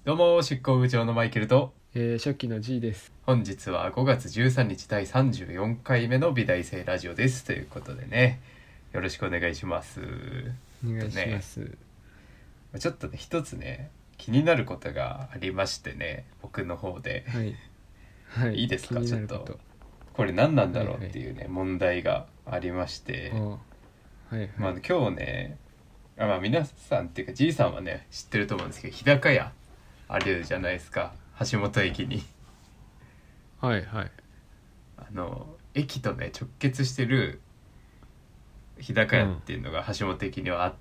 どうも執行部長のマイケルと、 初期の G です。 本日は5月13日第34回目の美大生ラジオですということでね、よろしくお願いします。 お願いします。 ちょっとね一つね気になることがありましてね、僕の方で、 はいはい。 いいですか。ちょっ気になること。 これ何なんだろうはいはいっていうね、問題がありまして、 はいはい。 今日ね、皆さんっていうか G さんはね知ってると思うんですけど、日高屋あるじゃないですか、橋本駅に。 はいはい。 駅とね直結してる日高屋っていうのが橋本駅にはあって、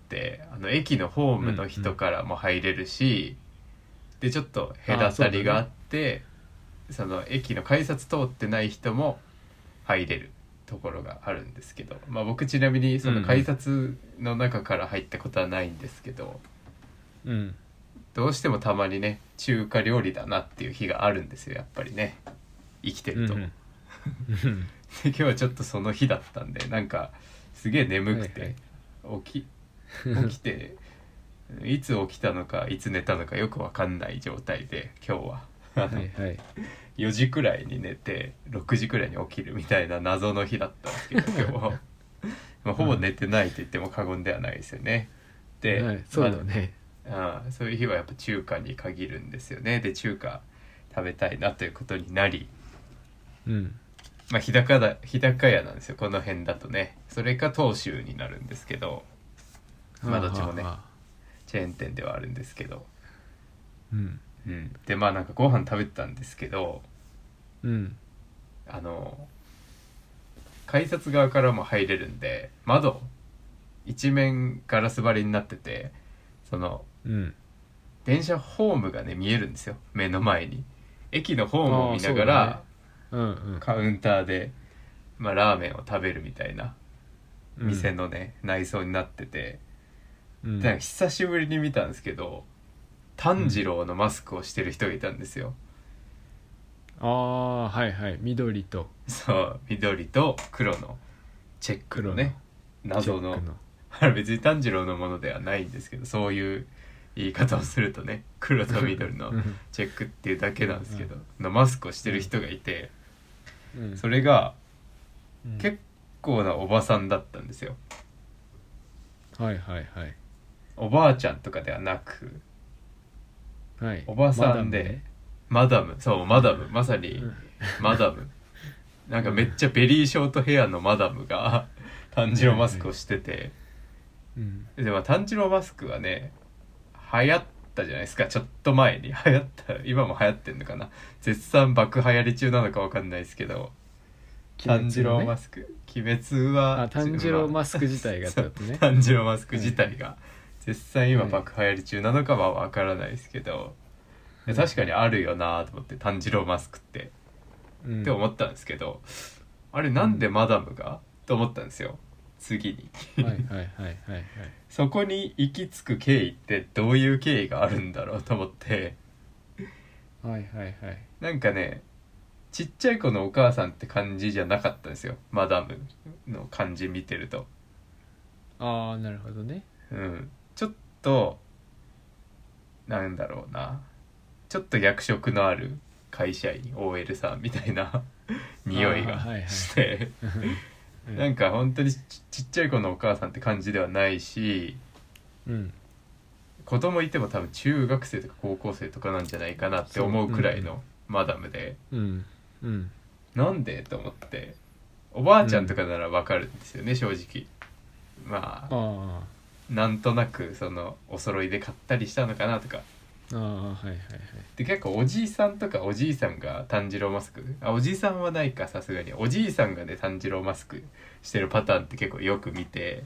駅のホームの人からも入れるし、でちょっと隔たりがあって、その駅の改札通ってない人も入れるところがあるんですけど、僕ちなみにその改札の中から入ったことはないんですけど、どうしてもたまにね中華料理だなっていう日があるんですよ、やっぱりね、生きてると。で今日はちょっとその日だったんで、なんかすげえ眠くて、起きていつ起きたのかいつ寝たのかよく分かんない状態で、今日は4時くらいに寝て6時くらいに起きるみたいな謎の日だったんですけど、今日ほぼ寝てないと言っても過言ではないですよね。で、 そうだね。 そういう日はやっぱ中華に限るんですよね。で中華食べたいなということになり、日高屋なんですよ、この辺だとね。それか東州になるんですけど、どっちもねチェーン店ではあるんですけど、でなんかご飯食べてたんですけど、改札側からも入れるんで、窓一面ガラス張りになってて、その、電車ホームがね見えるんですよ、目の前に。駅のホームを見ながら、カウンターで、ラーメンを食べるみたいな店のね、内装になってて、で久しぶりに見たんですけど、炭治郎のマスクをしてる人がいたんですよ。 緑と黒のチェックのね、謎の別に炭治郎のものではないんですけど、そういう言い方をするとね、黒と緑のチェックっていうだけなんですけどのマスクをしてる人がいて、それが結構なおばさんだったんですよ。おばあちゃんとかではなく、おばさんで、マダム、まさにマダム。なんかめっちゃベリーショートヘアのマダムが炭治郎マスクをしてて、で炭治郎マスクはね流行ったじゃないですか、ちょっと前に。流行った、今も流行ってんのかな、絶賛爆流行り中なのか分かんないですけど、炭治郎マスク、鬼滅は炭治郎マスク自体がだってね炭治郎マスク自体が絶賛今爆流行り中なのかは分からないですけど、確かにあるよなと思って、炭治郎マスクって、って思ったんですけど、あれなんでマダムが、と思ったんですよ、次に。そこに行き着く経緯ってどういう経緯があるんだろうと思って、なんかね、ちっちゃい子のお母さんって感じじゃなかったんですよ、マダムの感じ見てると。 なるほどね。 ちょっとなんだろうな、ちょっと役職のある会社員 OL さんみたいな匂いがしてなんか本当にちっちゃい子のお母さんって感じではないし、子供いても多分中学生とか高校生とかなんじゃないかなって思うくらいのマダムで、なんでと思って。おばあちゃんとかならわかるんですよね、正直。なんとなくそのお揃いで買ったりしたのかなとか。で結構おじいさんとかおじいさんが炭治郎マスク、おじいさんはないか、さすがにおじいさんがね炭治郎マスクしてるパターンって結構よく見て、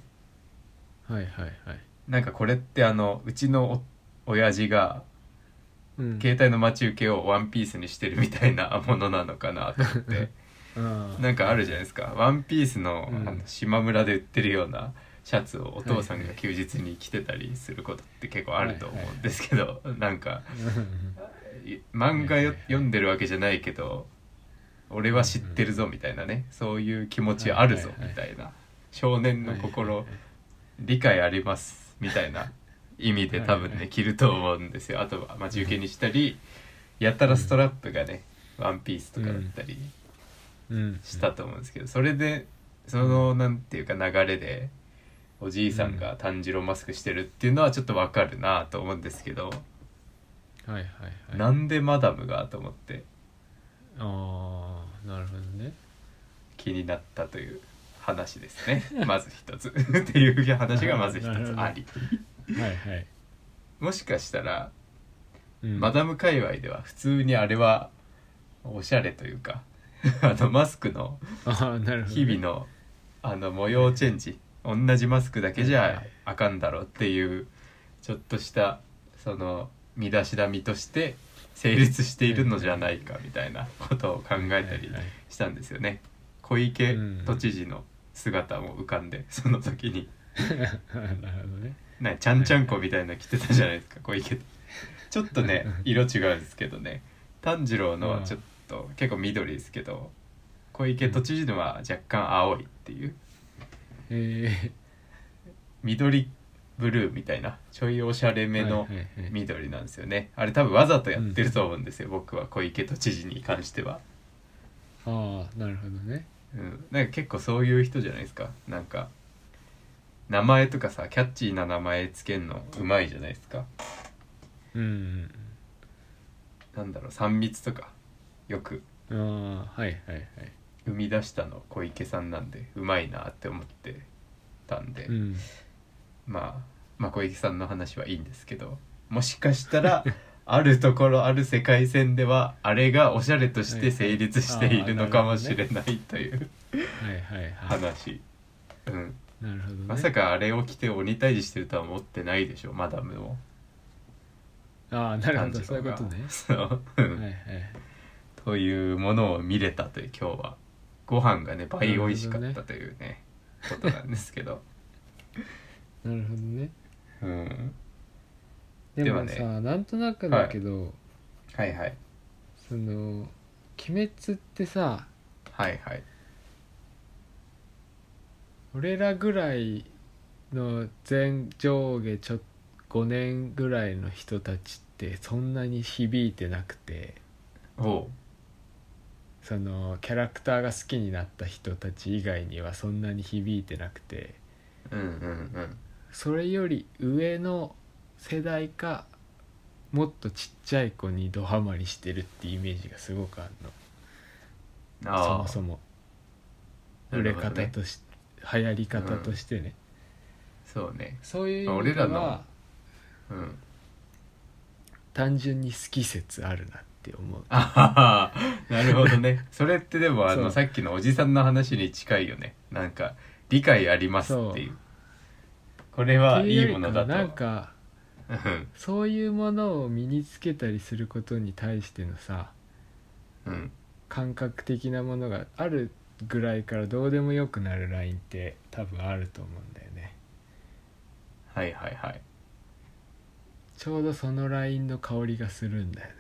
なんかこれってうちの親父が携帯の待ち受けをワンピースにしてるみたいなものなのかなと思ってなんかあるじゃないですか、ワンピースの、島村で売ってるようなシャツをお父さんが休日に着てたりすることって結構あると思うんですけど、なんか漫画読んでるわけじゃないけど俺は知ってるぞみたいなね、そういう気持ちあるぞみたいな、少年の心理解ありますみたいな意味で多分ね、 はいはい着ると思うんですよ。あとはまあ中継にしたり、やたらストラップがね、ワンピースとかだったりうんしたと思うんですけど、それでそのなんていうか流れでおじいさんが炭治郎マスクしてるっていうのはちょっとわかるなと思うんですけど、 はいはいはい。 なんでマダムがと思ってああ、なるほどね。 気になったという話ですね。まず一つっていう話がまず一つあり、 はいはい。 もしかしたらうん、 マダム界隈では普通にあれはおしゃれというかマスクのああ、なるほど、ね。 日々の模様チェンジ、同じマスクだけじゃあかんだろうっていうちょっとしたその身だしなみとして成立しているのじゃないかみたいなことを考えたりしたんですよね。小池都知事の姿も浮かんで、その時になるほどね。 ちゃんちゃんこみたいなの着てたじゃないですか、小池。ちょっとね色違うんですけどね、炭治郎のはちょっと結構緑ですけど、小池都知事のは若干青いっていう、緑ブルーみたいなちょいおしゃれめの緑なんですよね。あれ多分わざとやってると思うんですよ、僕は小池都知事に関しては。 ああ、なるほどね。 なんか結構そういう人じゃないですか。なんか名前とかさ、キャッチーな名前つけんのうまいじゃないですか。なんだろう、3密とかよくああ、はいはいはい。 生み出したの小池さんなんでうまいなって思ってたんで、まあ小池さんの話はいいんですけど、もしかしたらあるところある世界線ではあれがおしゃれとして成立しているのかもしれないという話。 なるほどね。 まさかあれを着て鬼退治してるとは思ってないでしょ、マダムも。 ああ、なるほど、そういうことね。 そうはいはい、というものを見れたという、今日はご飯がね倍美味しかったというねことなんですけどなるほどね。でもさ、 ではね、 なんとなくだけど、 はいはいその鬼滅ってさ、 はいはい、 俺らぐらいの上下5年ぐらいの人たちってそんなに響いてなくて、そのキャラクターが好きになった人たち以外にはそんなに響いてなくて、それより上の世代かもっとちっちゃい子にドハマりしてるってイメージがすごくあるの。そもそも売れ方として、流行り方としてね、 そうね、 そういう意味では、単純に好き説あるなって思う。 なるほどね。それってでもさっきのおじさんの話に近いよね。なんか理解ありますっていう、これはいいものだと。 なんかそういうものを身につけたりすることに対してのさ、感覚的なものがあるぐらいからどうでもよくなるラインって多分あると思うんだよね。 はいはいはい。 ちょうどそのラインの香りがするんだよね。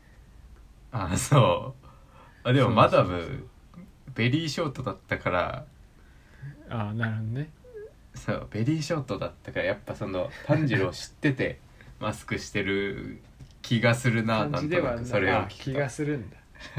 そうでもマダムベリーショートだったから。 なるほどね。 そうベリーショートだったからやっぱその炭治郎知っててマスクしてる気がするな。なんとなくそれを聞くと気がするんだ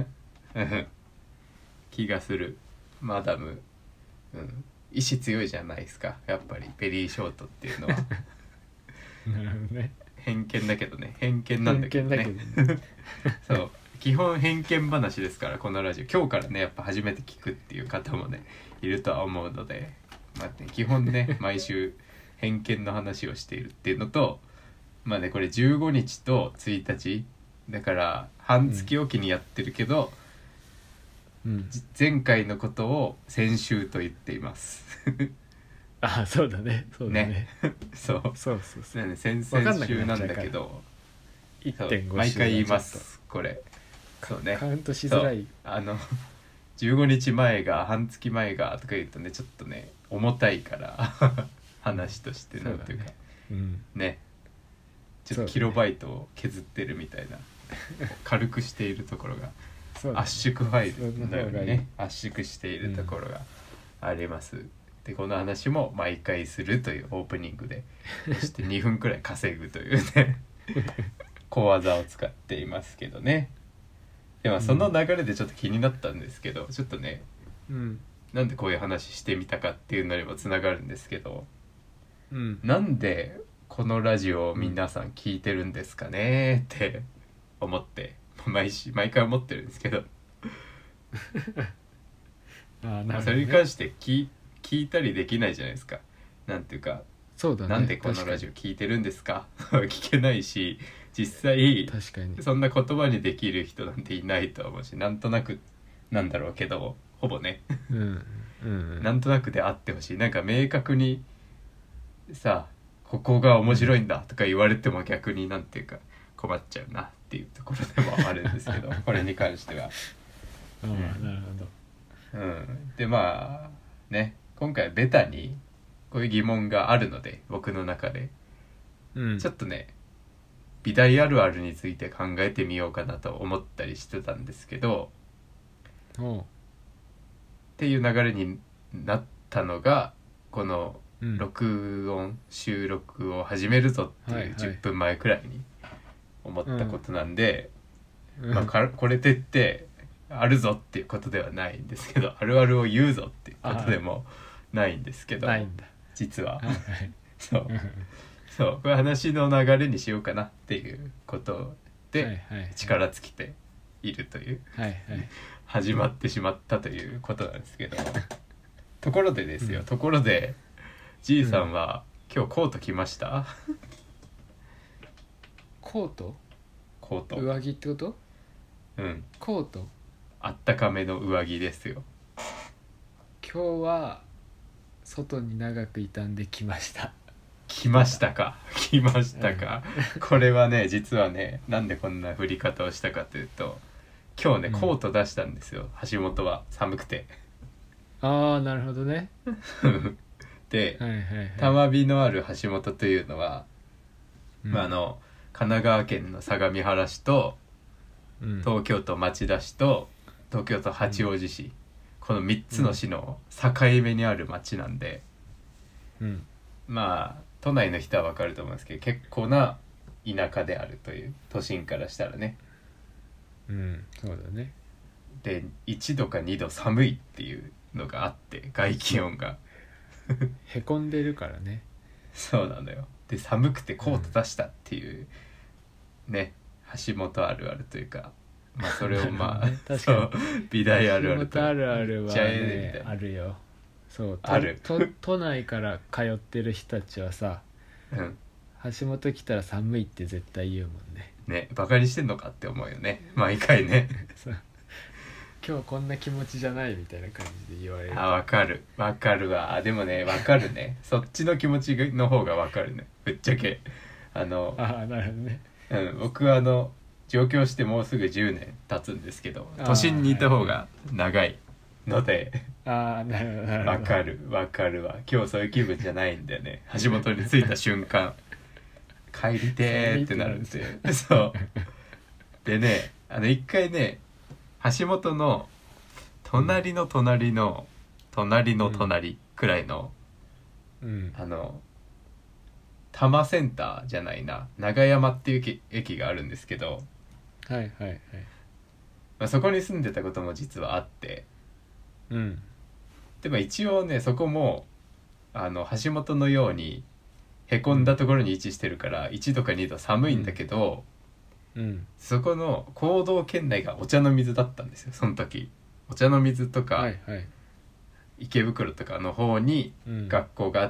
気がする。マダム、意志強いじゃないですか、やっぱりベリーショートっていうのはなるほどね。 偏見だけどね、偏見なんだけどねそう基本偏見話ですから、このラジオ今日からねやっぱ初めて聞くっていう方もねいるとは思うので、基本ね毎週偏見の話をしているっていうのと、これ15日と1日だから半月おきにやってるけど、前回のことを先週と言っていますそうだねそうなんで先々週なんだけど、 1.5 毎回言います、これ。そうね、 カウントしづらい。 15日前が半月前がとか言うとねちょっとね重たいから話としてなんていうかね、ちょっとキロバイトを削ってるみたいな、軽くしているところが、圧縮ファイルのようにね圧縮しているところがありますでこの話も毎回するというオープニングで、そして2分くらい稼ぐというね小技を使っていますけどね。でもその流れでちょっと気になったんですけど、ちょっとね、なんでこういう話してみたかっていうのにもつながるんですけど、なんでこのラジオを皆さん聞いてるんですかねって思って、毎回思ってるんですけどそれに関して聞いたりできないじゃないですか。なんていうか、 そうだね、 なんでこのラジオ聞いてるんですか聞けないし、実際確かにそんな言葉にできる人なんていないと思うし、なんとなくなんだろうけど、ほぼねなんとなくであってほしい。なんか明確にさ、ここが面白いんだとか言われても逆になんていうか困っちゃうなっていうところでもあるんですけどこれに関してはなるほど。 でまあね、今回ベタにこういう疑問があるので、僕の中で、ちょっとね美大あるあるについて考えてみようかなと思ったりしてたんですけど、っていう流れになったのがこの収録を始めるぞっていう10分前くらいに思ったことなんで、これってってあるぞっていうことではないんですけど、あるあるを言うぞっていうことでもないんですけど、実はそうこれ話の流れにしようかなっていうことで力尽きているという、始まってしまったということなんですけどところでですよ、ところでG さんは、今日コート着ました？ コート上着ってこと？コートあったかめの上着ですよ。 今日は外に長くいたんで着ました。 来ましたかこれはね、実はね、なんでこんな振り方をしたかというと、今日ねコート出したんですよ、橋本は。寒くてなるほどねで、たまびのある橋本というのは、神奈川県の相模原市と、東京都町田市と東京都八王子市、この3つの市の境目にある町なんで、まあ都内の人は分かると思うんですけど、結構な田舎であるという、都心からしたらね。 そうだね。 で1度か2度寒いっていうのがあって、外気温がへこんでるからね。 そうなのよ。で寒くてコート出したっていう、ね、橋本あるあるというか、それをそう美大あるあると橋本あるあるはねあるよ。そうある都内から通ってる人たちはさ、橋本来たら寒いって絶対言うもんね。 ね、バカにしてんのかって思うよね、毎回ね今日こんな気持ちじゃないみたいな感じで言われる。 わかるわ。でもね、わかるねそっちの気持ちの方がわかるね、ぶっちゃけ。 なるほどね。 僕は上京してもうすぐ10年経つんですけど、都心にいた方が長いので、 なるほど。 わかるわ。今日そういう気分じゃないんだよね。橋本に着いた瞬間帰りてーってなるんですよそうでね、一回ね、橋本の隣の隣の隣の隣くらいの、多摩センターじゃないな、長山っていう駅があるんですけど、そこに住んでたことも実はあって、でも一応ね、そこも橋本のようにへこんだところに位置してるから1度か2度寒いんだけど、そこの行動圏内がお茶の水だったんですよ、その時。お茶の水とか、池袋とかの方に学校があって、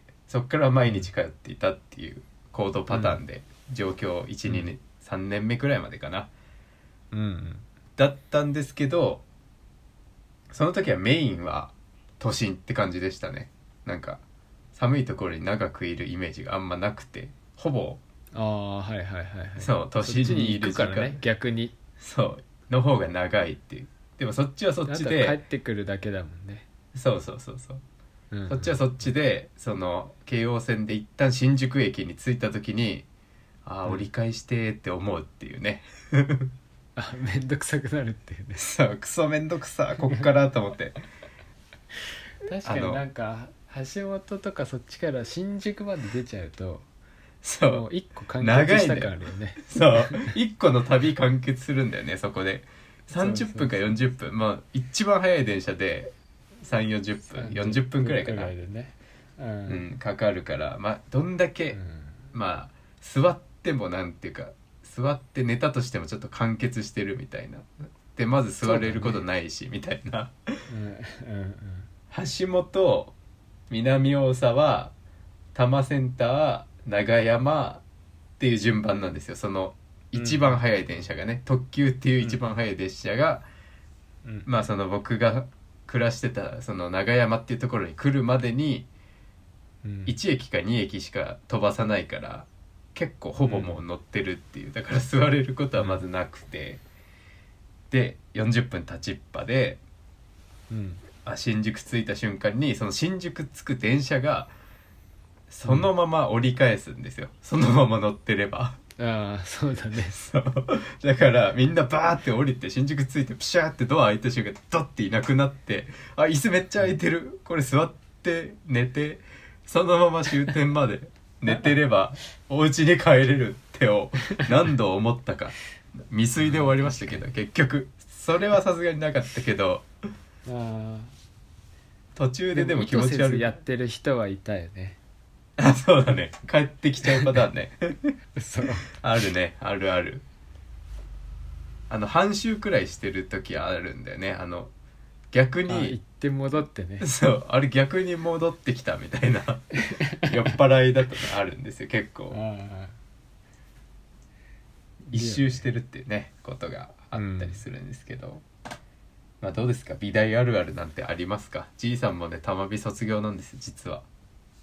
そっから毎日通っていたっていう行動パターンで、上京1、2年3年目くらいまでかな、だったんですけど、その時はメインは都心って感じでしたね。なんか寒いところに長くいるイメージがあんまなくて、ほぼそう都心にいる時間、 ね、逆にそうの方が長いっていう。でもそっちはそっちで帰ってくるだけだもんね。 そう、そっちはそっちで、その京王線で一旦新宿駅に着いた時に、折り返してって思うっていうねめんどくさくなるっていうね。 そう、クソめんどくさこっからと思って確かになんか橋本とかそっちから新宿まで出ちゃうとそうもう一個完結した感あるよね。 そう一個の旅完結するんだよね。そこで30分か40分、まあ一番早い電車で3、40分40分くらいかな、 でね、 かかるから、まあどんだけ、まあ座ってもなんていうか座って寝たとしてもちょっと完結してるみたいなで、まず座れることないし、みたいな橋本、南大沢、多摩センター、長山っていう順番なんですよ。その一番早い電車がね、特急っていう一番早い電車が、まあその僕が暮らしてたその長山っていうところに来るまでに1駅か2駅しか飛ばさないから、結構ほぼもう乗ってるっていう、だから座れることはまずなくて、で40分立ちっぱで、新宿着いた瞬間にその新宿着く電車がそのまま折り返すんですよ、そのまま乗ってれば。 ああそうだね。 そうだからみんなバーって降りて新宿着いてプシャーってドア開いた瞬間ドッていなくなって、あ椅子めっちゃ空いてる、これ座って寝てそのまま終点まで寝てればお家に帰れるってを何度思ったか。未遂で終わりましたけど結局それはさすがになかったけど、途中ででも気持ち悪いやってる人はいたよね。 あそうだね、帰ってきちゃうパターンねそうあるね、あるある。半周くらいしてる時あるんだよね。逆に行って戻ってね。 そうあれ逆に戻ってきたみたいな酔っ払いだとあるんですよ結構。一周してるっていうねことがあったりするんですけど、まあどうですか、美大あるあるなんてありますか。じいさんもね玉美卒業なんです実は。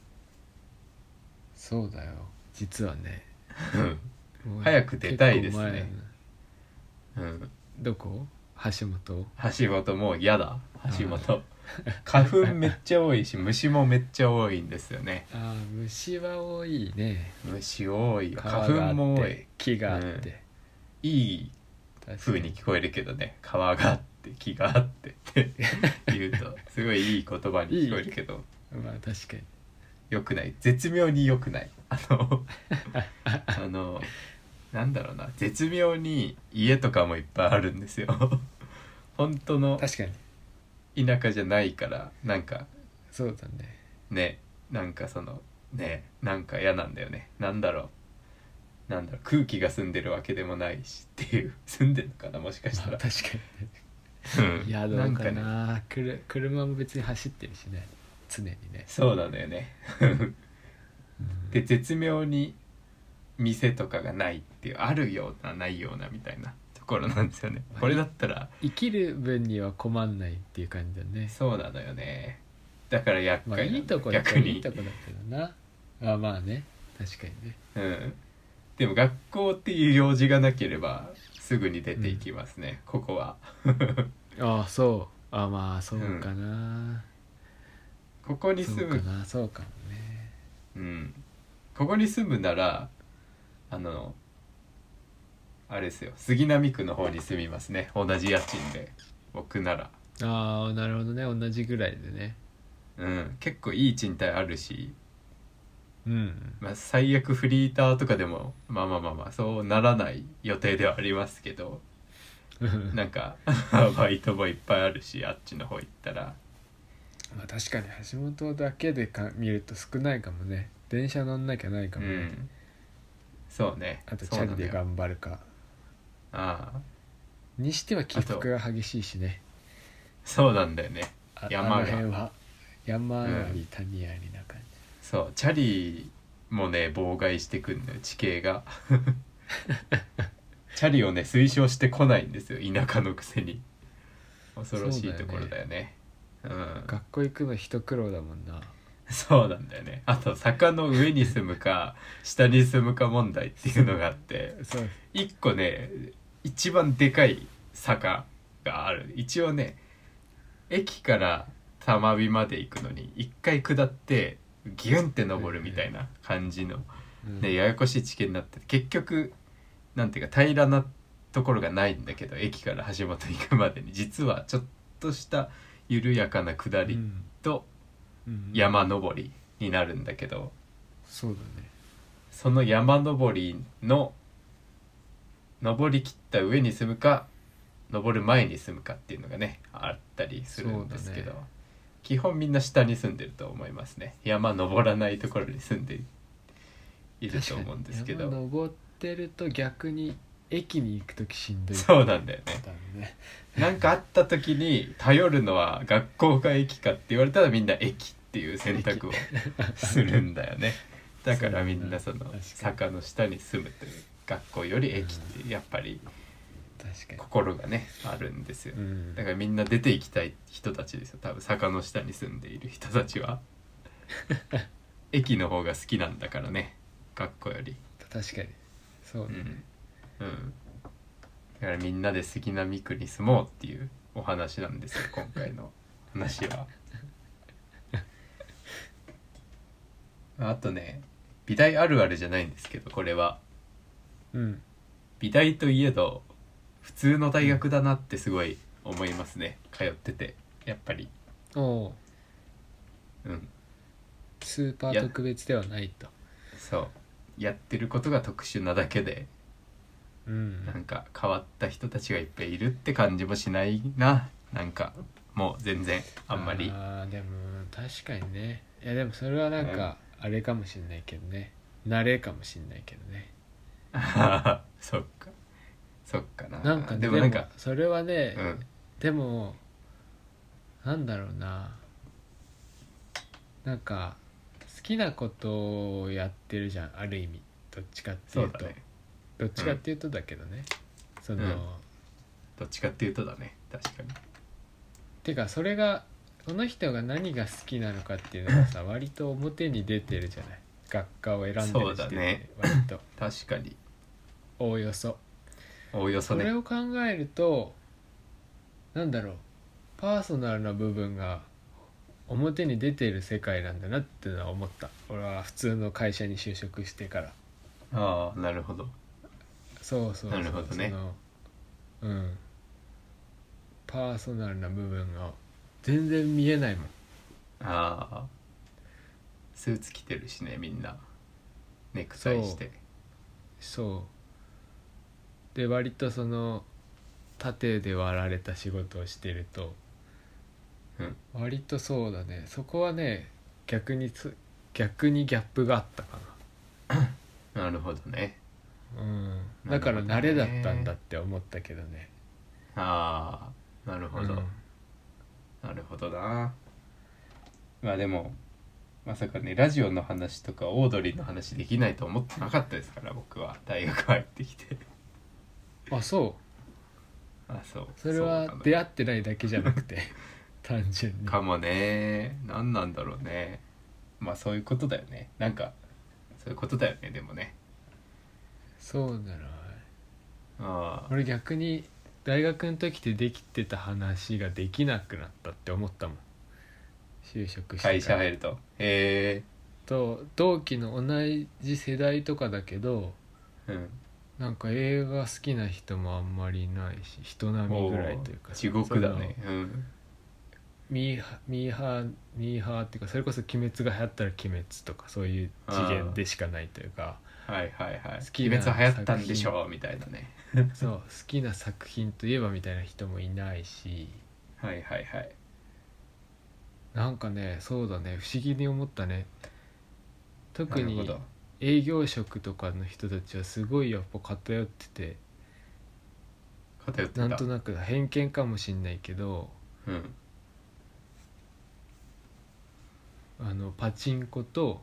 そうだよ実はね早く出たいですね。 どこ？橋本？ 橋本もう嫌だ。橋本花粉めっちゃ多いし虫もめっちゃ多いんですよね。 虫は多いね。 虫多いよ、花粉も多い、 木があって、 いい風に聞こえるけどね、川があって木があってって言うとすごいいい言葉に聞こえるけどまあ確かに良くない、絶妙に良くない。なんだろうな、絶妙に家とかもいっぱいあるんですよ本当の確かに田舎じゃないからなんかそうだね。 ね、なんかそのねなんか嫌なんだよね。なんだろう空気が澄んでるわけでもないしっていう、澄んでるのかなもしかしたら、 確かにねいやどうかな、車も別に走ってるしね常にね。 そうなんだよねで絶妙に店とかがないっていう、あるようなないようなみたいなところなんですよね。これだったら生きる分には困んないっていう感じだね。 そうなのよね。だから厄介いいとこだ逆にいいとこだけどな。まあね確かにね。 でも学校っていう用事がなければすぐに出ていきますね、ここはそうまあそうかな、 ここに住むそうかもね。 ここに住むならあれですよ、杉並区の方に住みますね、同じ家賃で僕なら。 なるほどね、同じぐらいでね。 結構いい賃貸あるし、 まあ最悪フリーターとかでもまあそうならない予定ではありますけどなんかバイトもいっぱいあるし、あっちの方行ったらまあ確かに橋本だけで見ると少ないかもね。電車乗んなきゃないかもね。 そうね。 あとチャリで頑張るか。にしては起伏が激しいしね。 そうなんだよね。 山辺は山あり谷ありな感じ。 そうチャリもね妨害してくんのよ、地形がチャリをね推奨してこないんですよ、田舎のくせに。恐ろしいところだよね。 学校行くの一苦労だもんな。 そうなんだよね。あと坂の上に住むか下に住むか問題っていうのがあって一個ね一番でかい坂がある。一応ね駅から玉美まで行くのに一回下ってギュンって登るみたいな感じの、ややこしい地形になって結局なんていうか平らなところがないんだけど、駅から橋本行くまでに実はちょっとした緩やかな下りと、 山登りになるんだけど、 そうだね。 その山登りの登りきった上に住むか登る前に住むかっていうのがねあったりするんですけど、基本みんな下に住んでると思いますね。山登らないところに住んでいると思うんですけど、 山登ってると逆に駅に行くときしんどい。 そうなんだよね。なんかあった時に頼るのは学校か駅かって言われたらみんな駅っていう選択をするんだよね。だからみんなその坂の下に住むという、学校より駅ってやっぱり心がねあるんですよ。だからみんな出ていきたい人たちですよ、多分坂の下に住んでいる人たちは。駅の方が好きなんだからね、学校より。 確かにそうね。 だからみんなで杉並区に住もうっていうお話なんですよ、今回の話は。あとね、美大あるあるじゃないんですけど、これは、美大といえど普通の大学だなってすごい思いますね、通っててやっぱり。 スーパー特別ではないと。 そうやってることが特殊なだけで、なんか変わった人たちがいっぱいいるって感じもしないな。なんかもう全然あんまり。 でも確かにね。いやでもそれはなんかあれかもしれないけどね、慣れかもしれないけどね。 そっかな。 なんかね、 でもなんかそれはね、でもなんだろうな、なんか好きなことをやってるじゃん、ある意味。どっちかっていうと、どっちかっていうとだけどね、その、 どっちかっていうとだね、確かに。 てかそれがその人が何が好きなのかっていうのがさ割と表に出てるじゃない、学科を選んでるそうだね、 割と確かにおおよそね。 それを考えるとなんだろう、パーソナルな部分が表に出てる世界なんだなってのは思った。俺は普通の会社に就職してから。 ああ、なるほど。 そうなるほどね。 パーソナルな部分が全然見えないもん。 ああ、スーツ着てるしね、みんなネクタイして。 そうで割とその縦で割られた仕事をしてると、割とそうだね、そこはね逆にギャップがあったかな。なるほどね。 だから慣れだったんだって思ったけどね。 ああ、なるほど、なるほどな。まあでもまさかねラジオの話とかオードリーの話できないと思ってなかったですから、僕は大学入ってきて。 そうそれは出会ってないだけじゃなくて単純にかもね。何なんだろうね。まあそういうことだよね。なんかそういうことだよね。でもね、 そうだな。俺逆に大学の時ってできてた話ができなくなったって思ったもん、就職してから。 会社入ると。 と同期の同じ世代とかだけど、なんか映画好きな人もあんまりいないし、人並みぐらいというか地獄だね。 ミーハーっていうか、それこそ鬼滅が流行ったら鬼滅とかそういう次元でしかないというか、 鬼滅流行ったんでしょみたいなね。 そう好きな作品といえばみたいな人もいないし、なんかね、そうだね、不思議に思ったね。特に営業職とかの人たちはすごいやっぱ偏ってて、なんとなく偏見かもしんないけど、パチンコと、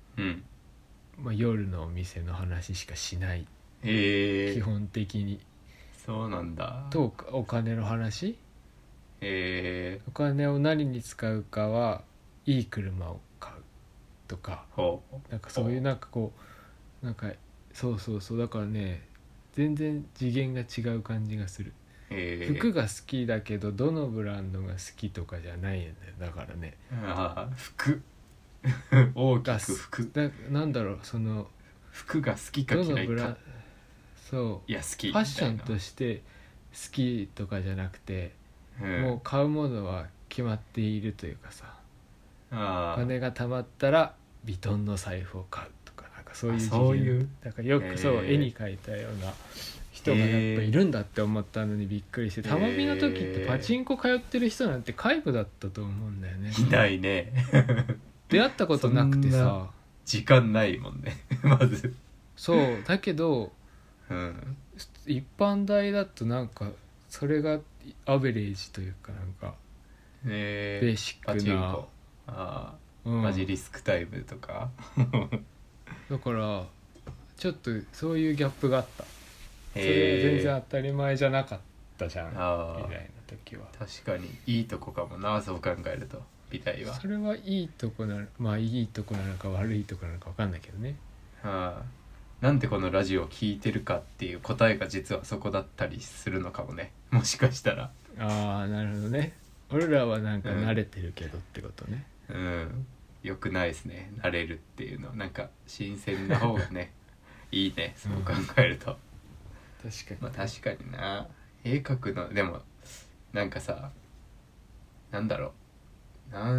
夜のお店の話しかしない、基本的に。 そうなんだ。 とお金の話、お金を何に使うかはいい車を買うとか、なんかそういうなんかこうなんかそうだからね、全然次元が違う感じがする。服が好きだけどどのブランドが好きとかじゃないんだよ。だからね、 服大きく服なんだろう、その服が好きか嫌いか。 そういや好きファッションとして好きとかじゃなくて、もう買うものは決まっているというかさ、 あ金が貯まったらヴィトンの財布を買うとか、なんかそういうそういうだからよくそう絵に描いたような人がやっぱいるんだって思ったのにびっくりして、たまびの時ってパチンコ通ってる人なんて皆無だったと思うんだよね。 いないね出会ったことなくてさ、 時間ないもんねまずそうだけどうん一般大だとなんかそれがアベレージというか、なんかベーシックな、 パチンコマジリスクタイムとかだからちょっとそういうギャップがあった。それは全然当たり前じゃなかったじゃん、みたいな時は。 確かにいいとこかもな、そう考えると美大は。 それはいいとこなの、まあいいとこなのか悪いとこなのか分かんないけどね。 なんでこのラジオを聞いてるかっていう答えが実はそこだったりするのかもね、もしかしたら。 ああなるほどね。俺らはなんか慣れてるけどってことね。 よくないですね、慣れるっていうの。なんか新鮮な方がねいいね、そう考えると。 確かに、 まあ確かにな。絵描くのでもなんかさ、なんだろうな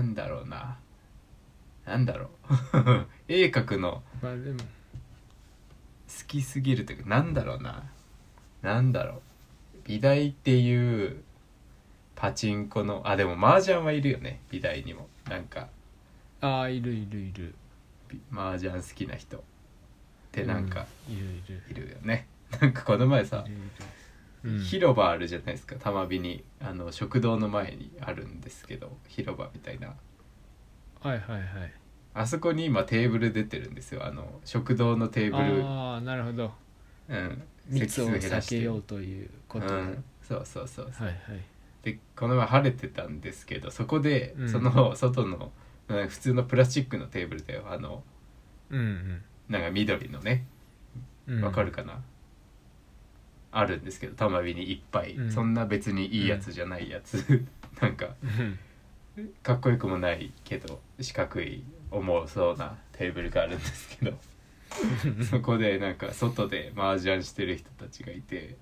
絵描くのまあでも好きすぎるというか、なんだろう美大っていうパチンコのでも麻雀はいるよね、美大にも。なんかいる麻雀好きな人ってなんかいるよね。なんかこの前さ、広場あるじゃないですか、玉美に食堂の前にあるんですけど、広場みたいな。 はいはいはい。 あそこに今テーブル出てるんですよ、食堂のテーブル。 なるほど。 席密を数減らして避けようということで、 そうはいはい。 でこの前晴れてたんですけど、そこで、その外の普通のプラスチックのテーブルだよ、なんか緑のね、わかるかな、あるんですけど、玉火にいっぱい、そんな別にいいやつじゃないやつなんかかっこよくもないけど四角い重そうなテーブルがあるんですけどそこでなんか外で麻雀してる人たちがいて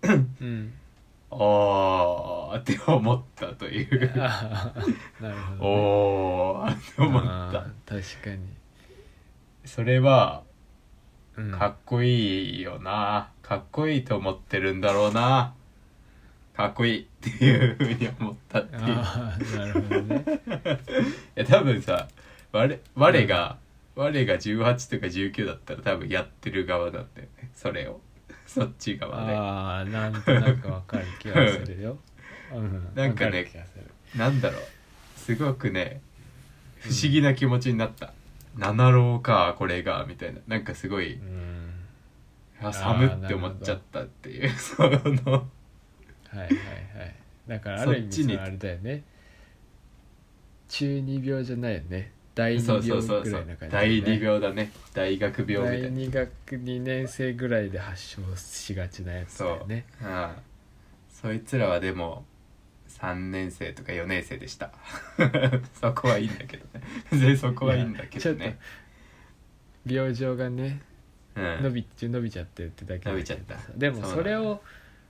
って思ったというなるほど、ね、 って思った。 確かにそれはかっこいいよな、かっこいいと思ってるんだろうな、かっこいいっていうふうに思ったっていう。 なるほどねいや多分さ、我が18とか19だったら多分やってる側なんだよね、それを。そっち側ね。 なんとなくわかる気がするよなんかね、なんだろう、すごくね不思議な気持ちになった、七郎かこれがみたいな、なんかすごい、寒って思っちゃったっていうそのはいはいはい。だからある意味それあれだよね、中二病じゃないよね、第2病ぐらいな感じ、ね、 第2病だね、大学病みたいな。 第2学2年生ぐらいで発症しがちなやつだよね。 そいつらはでも3年生とか4年生でしたそこはいいんだけどね全然そこはいいんだけどね、 病状がね、伸びちゃってるってだけだけど、伸びちゃった。でもそれを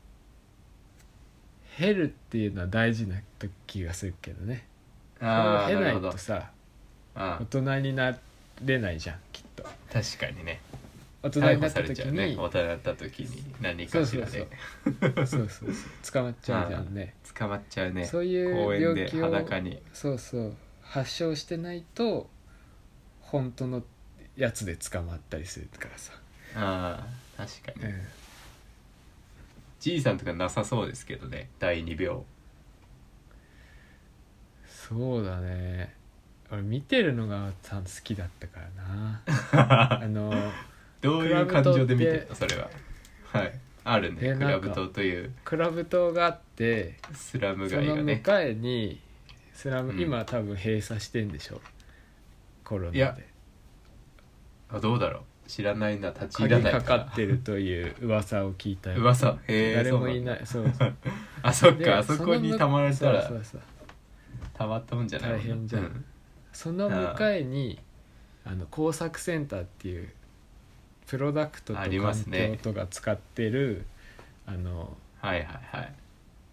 経るっていうのは大事な気がするけどね。それを経ないとさ、大人になれないじゃん、きっと。 確かにね、 大人になった時に、 大人になった時に何かしらでそう捕まっちゃうじゃんね。 捕まっちゃうね。 そういう病気を裸に発症してないと本当のやつで捕まったりするからさ。 確かに、じいさんとかなさそうですけどね、第2病。 そうだね、俺見てるのが好きだったからなどういう感情で見てるのそれは。あるね、クラブ島というクラブ島があって、 スラム街がね、 その向かいにスラム、今多分閉鎖してんでしょ、コロナで。 いやどうだろう、知らないな、立ち入らないから。 鍵かかってるという噂を聞いたよ。誰もいない。そうそっか、あそこにたまられたらたまったもんじゃない。 大変じゃん、その向かいに工作センターっていうプロダクトと環境とが使ってる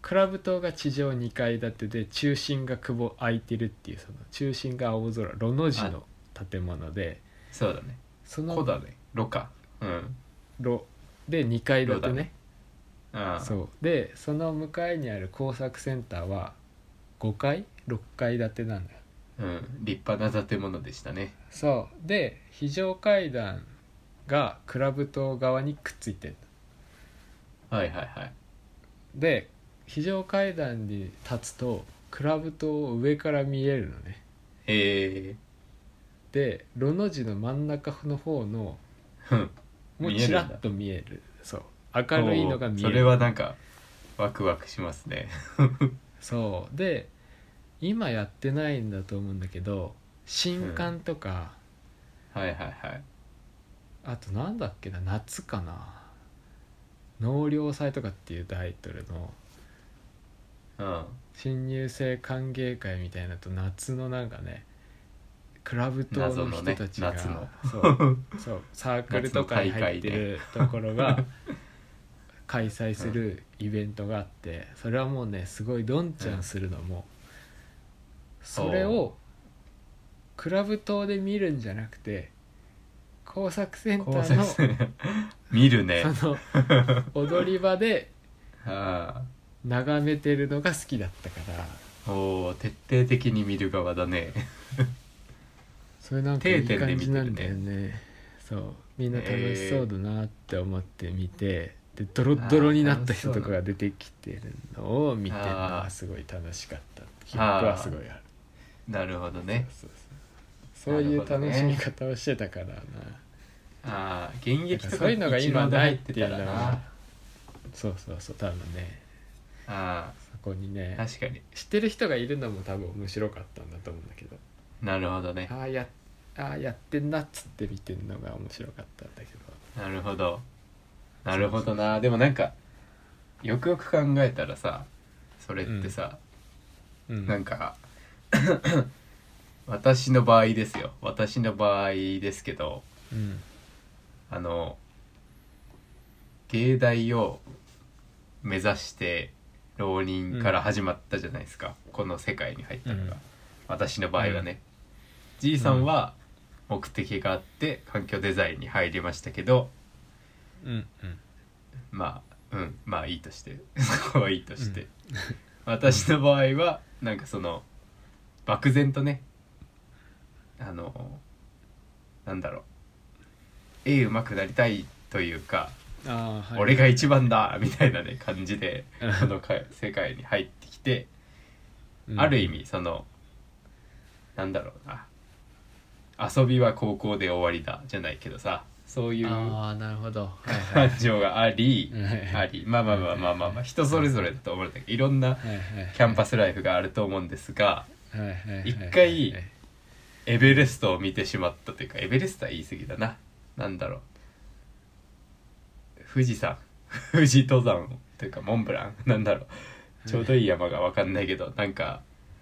クラブ棟が地上2階建てで中心が空いてるっていう、その中心が青空ロの字の建物で、 そうだね、 そのこだね、ロか、 ロで2階建てね。 あそうで、その向かいにある工作センターは5階6階建てなんだよ。 立派な建物でしたね。 そうで、非常階段がクラブ棟側にくっついてる。 はいはいはい。 で非常階段に立つとクラブ棟を上から見えるのね。 へえ。 でロの字の真ん中の方のもうちらっと見える。そう、明るいのが見える。 それはなんかワクワクしますね。 そうで、今やってないんだと思うんだけど、新刊とか、 はいはいはい。 あとなんだっけな、夏かな、納涼祭とかっていうタイトルの新入生歓迎会みたいなと、夏のなんかね、クラブ棟の人たちが、 謎のね、 そうサークルとかに入ってるところが開催するイベントがあって、それはもうねすごいどんちゃんするのも、それをクラブ棟で見るんじゃなくて工作センターの見るね、 その踊り場で眺めてるのが好きだったから。 おー、徹底的に見る側だね。 それなんかいい感じなんだよね。そうみんな楽しそうだなって思って見て、でドロッドロになった人とかが出てきてるのを見てるのがすごい楽しかった記憶はすごいある。 なるほどね。 そういう楽しみ方をしてたからな。 現役とかそういうのが今ないっていうのは、そう多分ね、そこにね、 確かに知ってる人がいるのも多分面白かったんだと思うんだけど。 なるほどね。 やってんなっつって見てるのが面白かったんだけど。 なるほどなるほどな。でもなんかよくよく考えたらさ、それってさ、なんか私の場合ですけど、芸大を目指して浪人から始まったじゃないですか、この世界に入ったのが、私の場合はね。じいさんは目的があって環境デザインに入りましたけど、まあいいとしてそこはいいとして、私の場合はなんかその漠然とね、なんだろう、絵うまくなりたいというか、俺が一番だみたいなね感じでこの世界に入ってきて、ある意味そのなんだろうな、遊びは高校で終わりだじゃないけどさ、そういう感情があり、まあ人それぞれだと思うんだけど、いろんなキャンパスライフがあると思うんですが、一回エベレストを見てしまったというか、エベレストは言い過ぎだな、なんだろう、富士登山というかモンブラン、なんだろう、ちょうどいい山が分かんないけど、なんか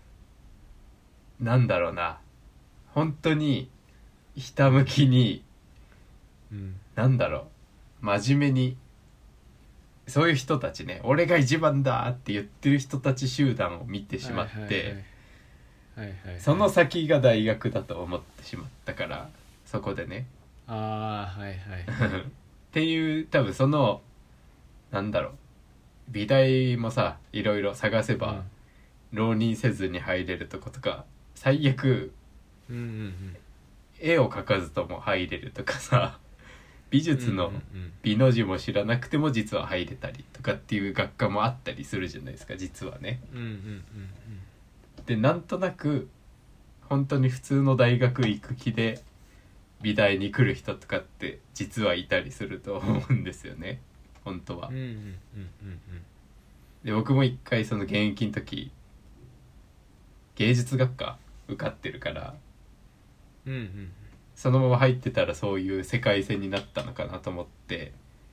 なんだろうな、本当にひたむきに、なんだろう、真面目に、そういう人たちね、俺が一番だって言ってる人たち集団を見てしまって、その先が大学だと思ってしまったから、そこでねっていう、多分そのなんだろう、美大もさ、いろいろ探せば、浪人せずに入れるとことか、最悪、絵を描かずとも入れるとかさ、美術の美の字も知らなくても実は入れたりとかっていう学科もあったりするじゃないですか、実はね。でなんとなく本当に普通の大学行く気で美大に来る人とかって実はいたりすると思うんですよね、本当は。で僕も一回その現役の時芸術学科受かってるから、そのまま入ってたらそういう世界線になったのかなと思って、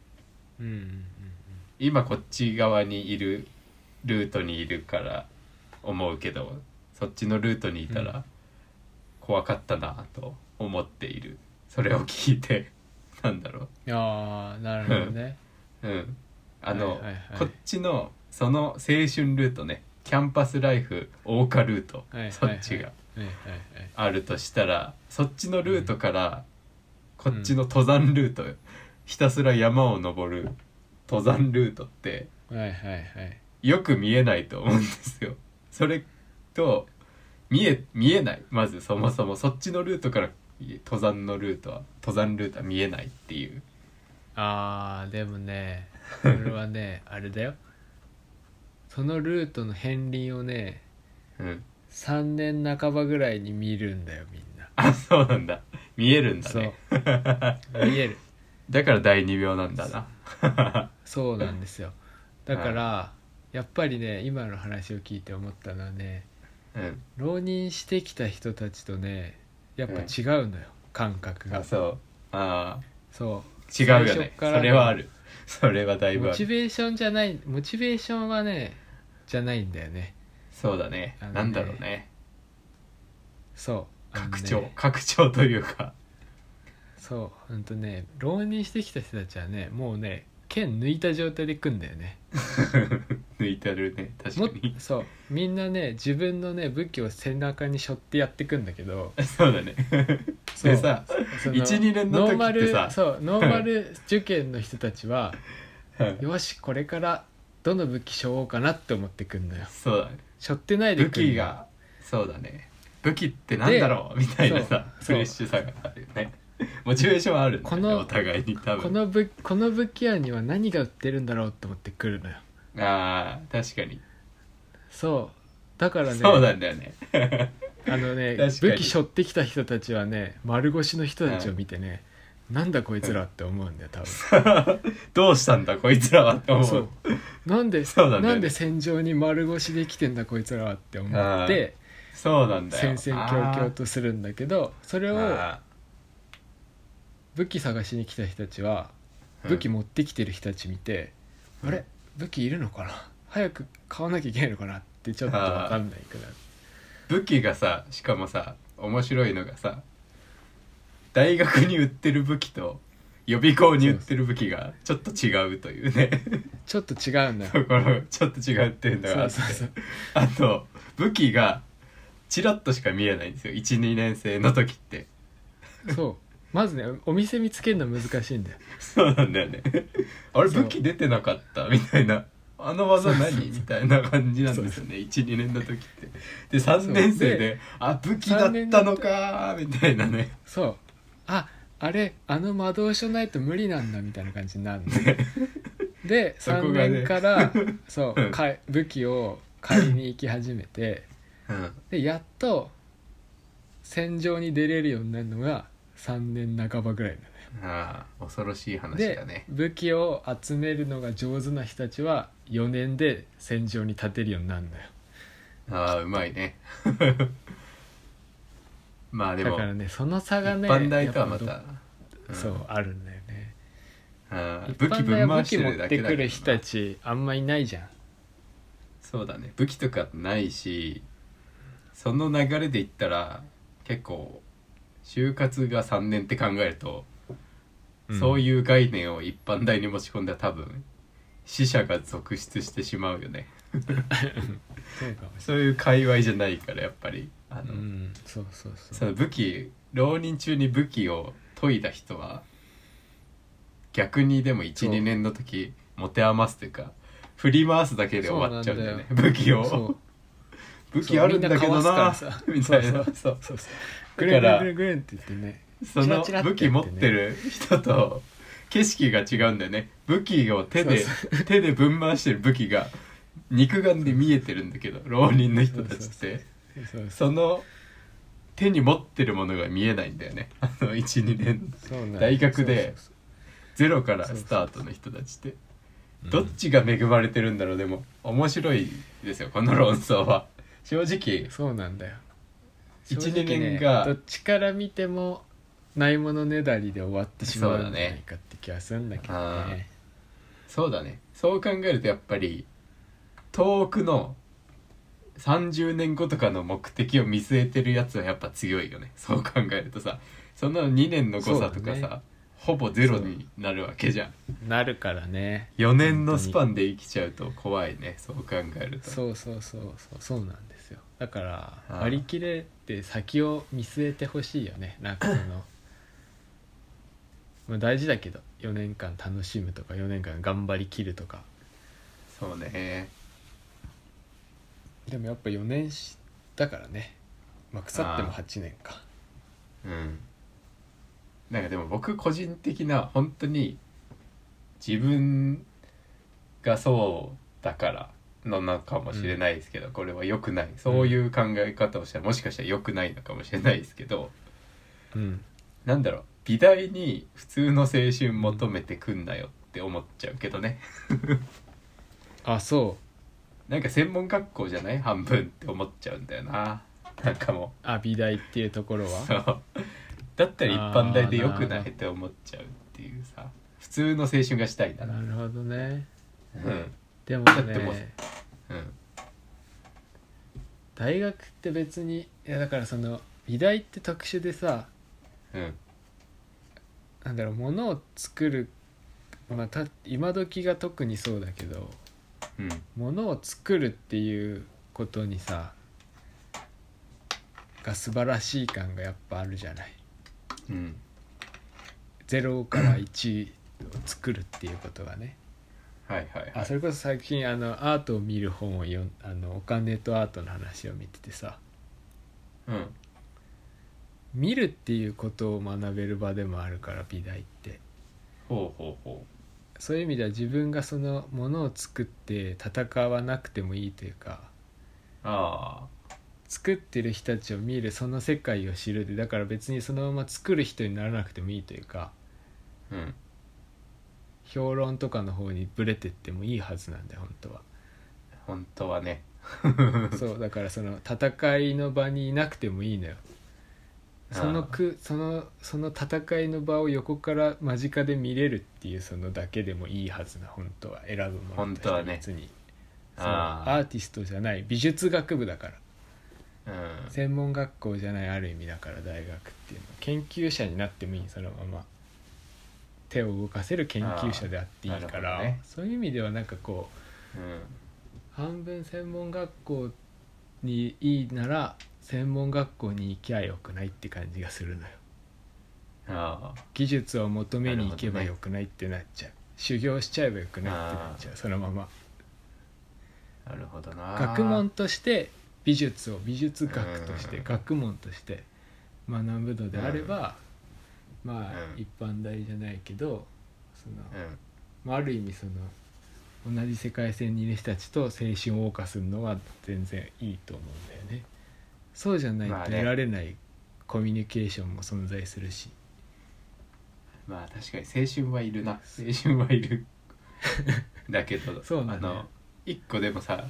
今こっち側にいるルートにいるから思うけど、そっちのルートにいたら怖かったなと思っている。それを聞いてなんだろう、 なるほどね。 こっちのその青春ルートね、キャンパスライフ謳歌ルート、そっちがあるとしたら、そっちのルートからこっちの登山ルート、ひたすら山を登る登山ルートってよく見えないと思うんですよ。それと見えない、まずそもそもそっちのルートから登山ルートは見えないっていう。 でもね、これはねあれだよ、そのルートの片鱗をね、3年半ばぐらいに見るんだよみんな。 あ、そうなんだ、見えるんだね。 そう見える。 だから第2秒なんだな。 そうなんですよ。だから、やっぱりね今の話を聞いて思ったのはね、浪人してきた人たちとねやっぱ違うのよ、感覚が。 そう違うよね。それはある。それはだいぶある。 モチベーションはねじゃないんだよね。 そうだね。なんだろうね。 そう拡張というか。 そう浪人してきた人たちはねもうね剣抜いた状態で来んだよね。 抜いてるね、確かに。 そうみんなね自分のね武器を背中に背負ってやってくんだけど。 そうだね。でさ 1,2 年の時ってさ、 ノーマル受験の人たちはよしこれからどの武器背負おうかなって思ってくんのよ。 そうだね。 背負ってないで武器が、そうだね、武器ってなんだろうみたいなさ、フレッシュさがあるよね。モチベーションあるんだよね、お互いに。多分この武器屋には何が売ってるんだろうって思ってくるのよ。 確かに。 そうだからね、 そうなんだよね。 武器背負ってきた人たちはね丸腰の人たちを見てね、なんだこいつらって思うんだよ多分。 どうしたんだこいつらはって思う。 そうなんで戦場に丸腰で来てんだこいつらはって思ってそうなんだよ、 戦々恐々とするんだけど、それを武器探しに来た人たちは武器持ってきてる人たち見て、あれ武器いるのかな、早く買わなきゃいけないのかなってちょっと分かんないくなる。 武器がさ、しかもさ面白いのがさ、大学に売ってる武器と予備校に売ってる武器がちょっと違うというね。 ちょっと違うんだよ。 ところちょっと違うっていうのがあって、あと武器がチラッとしか見えないんですよ 1,2 年生の時って。 そうまずねお店見つけるの難しいんだよ。 そうなんだよね。あれ武器出てなかったみたいな、あの技何みたいな感じなんですよね 1,2 年の時って。で3年生で武器だったのかみたいなね。 そうあれ魔導書ないと無理なんだみたいな感じになるの、ね、で3年から、武器を買いに行き始めて、でやっと戦場に出れるようになるのが3年半ばぐらいなのよ。 恐ろしい話だね。 で武器を集めるのが上手な人たちは4年で戦場に立てるようになるのよ。 うまいね。まあでもだからねその差がね一般大とはまた、 そうあるんだよね。 武器ぶん回してるだけだけどな。 武器持ってくる人たちあんまいないじゃん。 そうだね、武器とかないし、その流れで言ったら結構就活が3年って考えると、そういう概念を一般大に持ち込んだら多分死者が続出してしまうよね。そういう界隈じゃないからやっぱりその武器、浪人中に武器を研いだ人は逆にでも 1,2 年の時持て余すというか振り回すだけで終わっちゃうんだよね、武器を。武器あるんだけどなみたいな。そうグルングルングルンって言ってね、 その武器持ってる人と景色が違うんだよね。武器を手でぶん回してる武器が肉眼で見えてるんだけど、浪人の人たちってその手に持ってるものが見えないんだよね。1,2 年大学でゼロからスタートの人たちってどっちが恵まれてるんだろう。でも面白いですよこの論争は。正直そうなんだよ。 1,2 年がどっちから見てもないものねだりで終わってしまうんじゃないかって気がするんだけどね。 そうだね。そう考えるとやっぱり遠くの30年後とかの目的を見据えてるやつはやっぱ強いよね。そう考えるとさ、その2年の誤差とかさ、 ほぼゼロになるわけじゃん。なるからね。 4年のスパンで生きちゃうと怖いね、そう考えると。 そうなんですよ。だから割り切れて先を見据えてほしいよね。なんかそのまあ大事だけど4年間楽しむとか4年間頑張りきるとか。 そうね。 でもやっぱ4年だからね、まあ、腐っても8年か。 うん。なんかでも僕個人的な本当に自分がそうだからのかもしれないですけど、これは良くない、そういう考え方をしたらもしかしたら良くないのかもしれないですけど、なんだろう、美大に普通の青春求めてくんなよって思っちゃうけどね。 あ、そうなんか専門学校じゃない半分って思っちゃうんだよな。なんかもう、美大っていうところはそうだったら一般大で良くないって思っちゃうっていうさ、普通の青春がしたいな。 なるほどね。でもだってもう、 大学って別に、いやだからその美大って特殊でさ、なんだろう、物を作る、まあ、今時が特にそうだけど、物を作るっていうことにさが素晴らしい感がやっぱあるじゃない。0から1を作るっていうことがね。それこそ最近アートを見る本をお金とアートの話を見ててさ、見るっていうことを学べる場でもあるから美大って。そういう意味では自分がそのものを作って戦わなくてもいいというか、作ってる人たちを見る、その世界を知るで、だから別にそのまま作る人にならなくてもいいというか、評論とかの方にブレてってもいいはずなんだよ本当はね。 そうだからその戦いの場にいなくてもいいのよ。その戦いの場を横から間近で見れるっていうそのだけでもいいはずな、本当は選ぶものとして別に、アーティストじゃない美術学部だから、専門学校じゃないある意味だから大学っていうのは研究者になってもいい、そのまま手を動かせる研究者であっていいから、そういう意味ではなんかこう、半分専門学校にいいなら専門学校に行きゃよくないって感じがするのよ。技術を求めに行けばよくないってなっちゃう、修行しちゃえばよくないってなっちゃう、そのまま。 なるほどな。 学問として美術学として学問として学ぶのであれば、まあ一般大じゃないけどその、ある意味その同じ世界線にいる人たちと青春を謳歌するのは全然いいと思うんだよね。そうじゃないと得られないコミュニケーションも存在するし、 まあ確かに青春はいるな、青春はいるだけどそうなんだよ。 一個でもさ、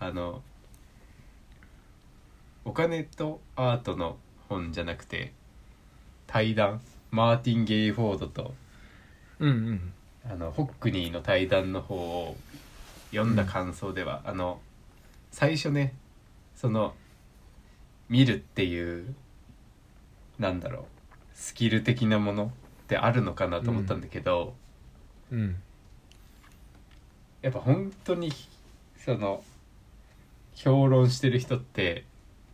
お金とアートの本じゃなくて対談、マーティン・ゲイフォードと、ホックニーの対談の方を読んだ感想では、最初ね、その見るっていうなんだろうスキル的なものってあるのかなと思ったんだけど、やっぱ本当にその評論してる人って、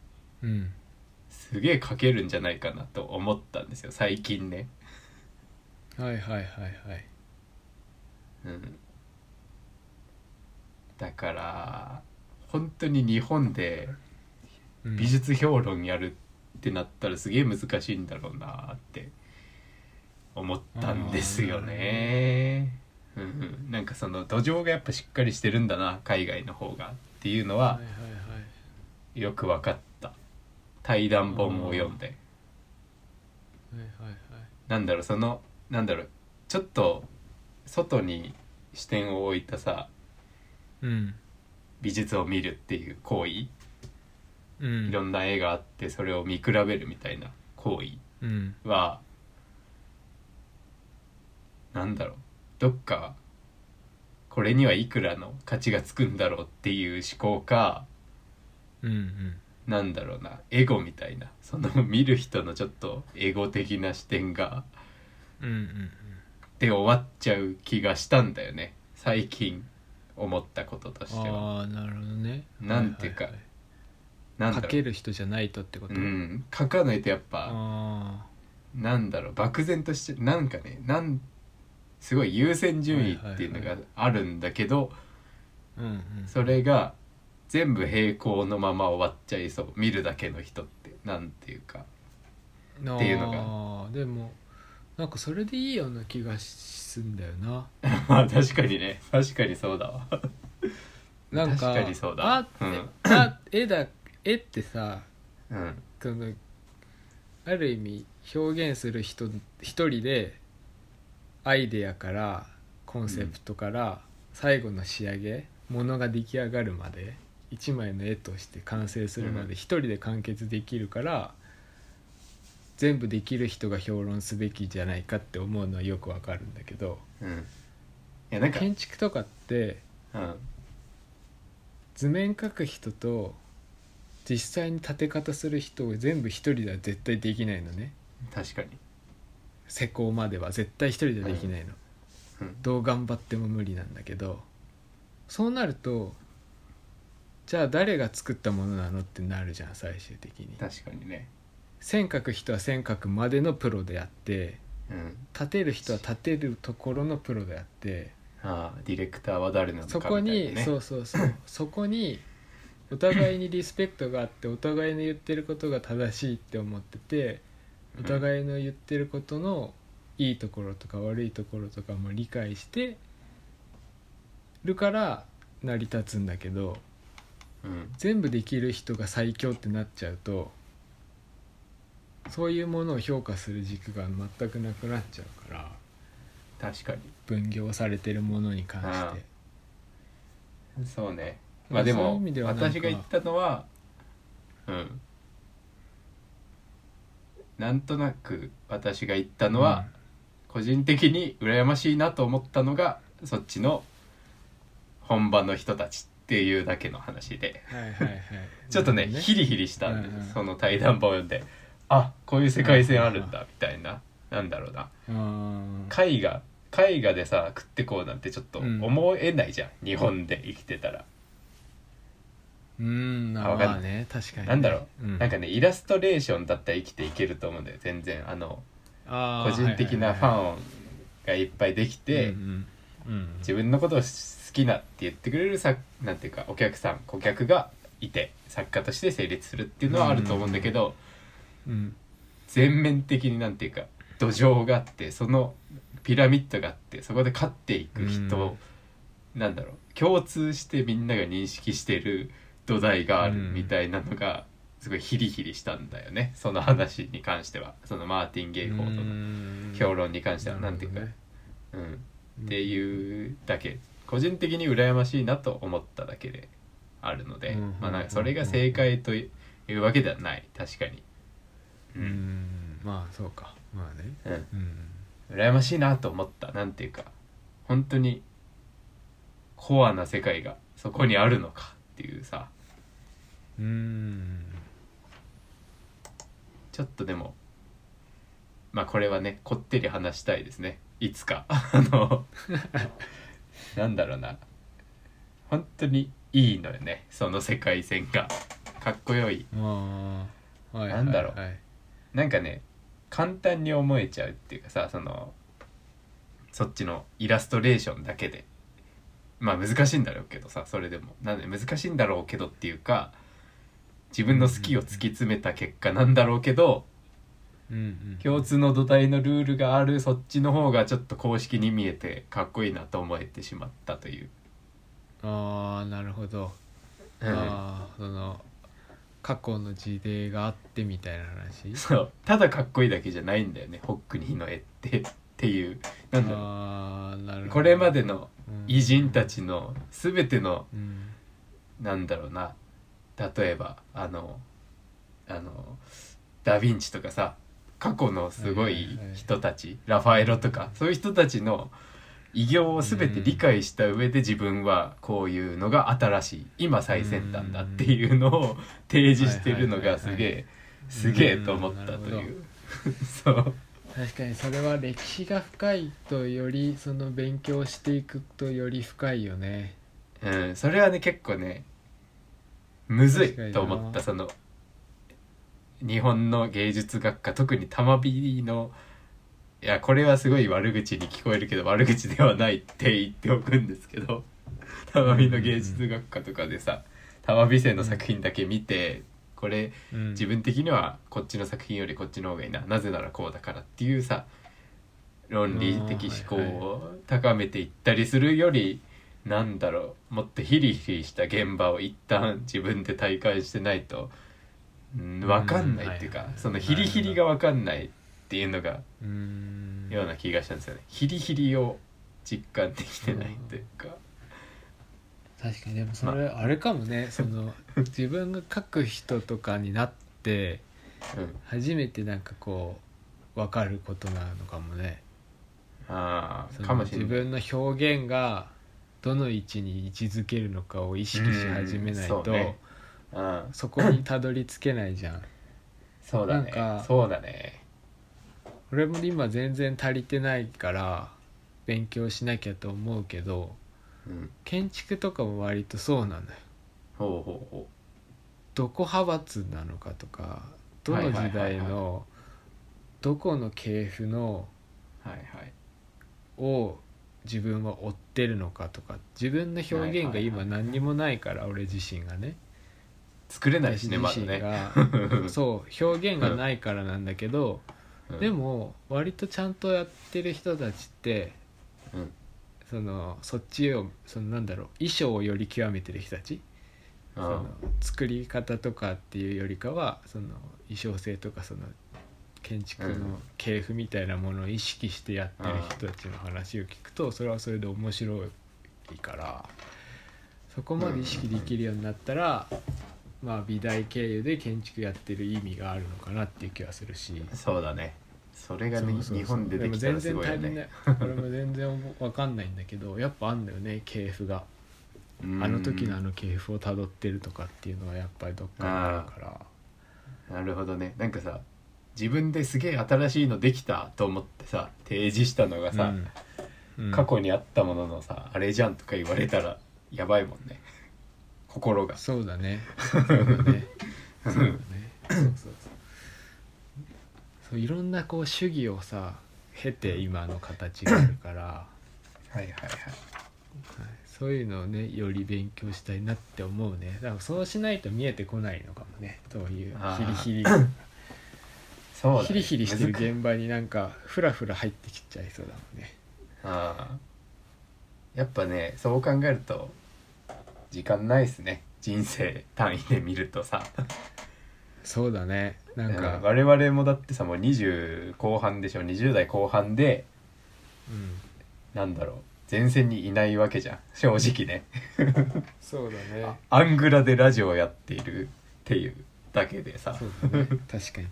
すげえ書けるんじゃないかなと思ったんですよ最近ね。だから本当に日本で美術評論やるってなったらすげえ難しいんだろうなって思ったんですよね。なんかその土壌がやっぱしっかりしてるんだな海外の方がっていうのはよく分かった対談本を読んで。なんだろうちょっと外に視点を置いたさ、美術を見るっていう行為、いろんな絵があってそれを見比べるみたいな行為は、なんだろう、どっかこれにはいくらの価値がつくんだろうっていう思考か、なんだろうな、エゴみたいな、その見る人のちょっとエゴ的な視点がで終わっちゃう気がしたんだよね最近思ったこととしては。 ああなるほどね。 なんていうか、なんだろう、 書ける人じゃないとってこと。 書かないとやっぱあなんだろう漠然としてなんかねすごい優先順位っていうのがあるんだけど、それが全部平行のまま終わっちゃいそう。見るだけの人ってなんていうかっていうのがでもなんかそれでいいような気がすんだよなまあ確かにね、確かにそうだわなんか確かにそうだ、 絵ってさ、そのある意味表現する人一人でアイデアからコンセプトから最後の仕上げ、ものが出来上がるまで一枚の絵として完成するまで一人で完結できるから、全部できる人が評論すべきじゃないかって思うのはよくわかるんだけど、 いやなんか建築とかって、図面描く人と実際に建て方する人を全部一人では絶対できないのね。 確かに施工までは絶対一人ではできないの、どう頑張っても無理なんだけど、そうなるとじゃあ誰が作ったものなのってなるじゃん最終的に。 確かにね、 線描く人は線描くまでのプロであって、建てる人は建てるところのプロであって、 ディレクターは誰なのかみたいな、ね、 そこにそこにお互いにリスペクトがあってお互いの言ってることが正しいって思ってて、お互いの言ってることのいいところとか悪いところとかも理解してるから成り立つんだけど、全部できる人が最強ってなっちゃうとそういうものを評価する軸が全くなくなっちゃうから。 確かに分業されてるものに関して。 そうね。まあでも私が言ったのはなんとなく私が言ったのは、個人的に羨ましいなと思ったのがそっちの本場の人たちっていうだけの話で、ちょっとねヒリヒリしたんです、その対談本を読んで、あ、こういう世界線あるんだみたいな、なんだろうな、絵画でさ食ってこうなんてちょっと思えないじゃん、日本で生きてたら。 まあね、確かに、ね、 なんだろう、なんかねイラストレーションだったら生きていけると思うんだよ全然。個人的なファンがいっぱいできて、自分のことを好きなって言ってくれるなんていうかお客さん顧客がいて作家として成立するっていうのはあると思うんだけど、全面的になんていうか土壌があって、そのピラミッドがあって、そこで勝っていく人、なんだろう、共通してみんなが認識してる土台があるみたいなのがすごいヒリヒリしたんだよね、その話に関しては。そのマーティン・ゲイフォードの評論に関してはなんていうか、っていうだけ、個人的に羨ましいなと思っただけであるので、まあなんかそれが正解というわけではない、確かに。 まあそうか、まあね、 羨ましいなと思った。なんていうか本当にコアな世界がそこにあるのかっていうさ、ちょっとでもまあこれはねこってり話したいですね、いつかなんだろうな、本当にいいのよねその世界線が、かっこよい。なんだろう、なんかね簡単に思えちゃうっていうかさ、そっちのイラストレーションだけで、まあ難しいんだろうけどさ、それでもなんで難しいんだろうけどっていうか、自分の好きを突き詰めた結果なんだろうけど、共通の土台のルールがあるそっちの方がちょっと公式に見えてかっこいいなと思えてしまったという。 なるほど。その過去の事例があってみたいな話。 そう、ただかっこいいだけじゃないんだよねホックニーの絵っていう、なんだろう、なるほど、これまでの偉人たちの全ての、なんだろうな、例えばダ・ヴィンチとかさ、過去のすごい人たち、ラファエロとかそういう人たちの偉業を全て理解した上で、自分はこういうのが新しい今最先端だっていうのを提示してるのがすげえと思ったというそう確かにそれは歴史が深いとよりその勉強していくとより深いよね。 それはね結構ねむずいと思った。その日本の芸術学科、特に玉美の、いやこれはすごい悪口に聞こえるけど悪口ではないって言っておくんですけど玉美の芸術学科とかでさ、玉美生の作品だけ見て、これ、自分的にはこっちの作品よりこっちの方がいいな、なぜならこうだからっていうさ論理的思考を高めていったりするより、なんだろう、もっとヒリヒリした現場を一旦自分で体感してないと分かんないっていうか、そのヒリヒリが分かんないっていうのがような気がしたんですよね。ヒリヒリを実感できてないというか。 確かに。でもそれあれかもね、その自分が書く人とかになって初めてなんかこう分かることなのかもね。 ああ、かもしれない。 自分の表現がどの位置に位置づけるのかを意識し始めないと、そこにたどり着けないじゃん。 そうだね。そうだね。 俺も今全然足りてないから勉強しなきゃと思うけど、建築とかも割とそうなんだよ。どこ派閥なのかとか、どの時代のどこの系譜のを自分は追ってるのかとか、自分の表現が今何にもないから、俺自身がね作れないしね、まだね。 そう表現がないからなんだけど、でも割とちゃんとやってる人たちって、そっちをなんだろう、衣装をより極めてる人たち、その作り方とかっていうよりかはその衣装性とかその建築の系譜みたいなものを意識してやってる人たちの話を聞くと、それはそれで面白いから、そこまで意識できるようになったら、まあ美大経由で建築やってる意味があるのかなっていう気はするし。 そうだね。それがね、日本でできたらすごいよね。 でも全然足りない。俺も全然分かんないんだけど、やっぱあんだよね、系譜が。あの時のあの系譜をたどってるとかっていうのはやっぱりどっかにあるから。 なるほどね。なんかさ、自分ですげえ新しいのできたと思ってさ提示したのがさ、過去にあったもののさ、あれじゃんとか言われたらやばいもんね、心が。 そうだね。そうだね。そうだね。そういろんなこう主義をさ経て今の形があるからそういうのをねより勉強したいなって思うね。だからそうしないと見えてこないのかもね、そういうヒリヒリそうだね、ヒリヒリしてる現場になんかフラフラ入ってきちゃいそうだもんね。 やっぱね、そう考えると時間ないっすね、人生単位で見るとさ。 そうだね。なんか我々もだってさ、もう20後半でしょ、20代後半で、なんだろう、前線にいないわけじゃん、正直ね。 そうだね。 アングラでラジオをやっているっていうだけでさ。 そうだね、確かに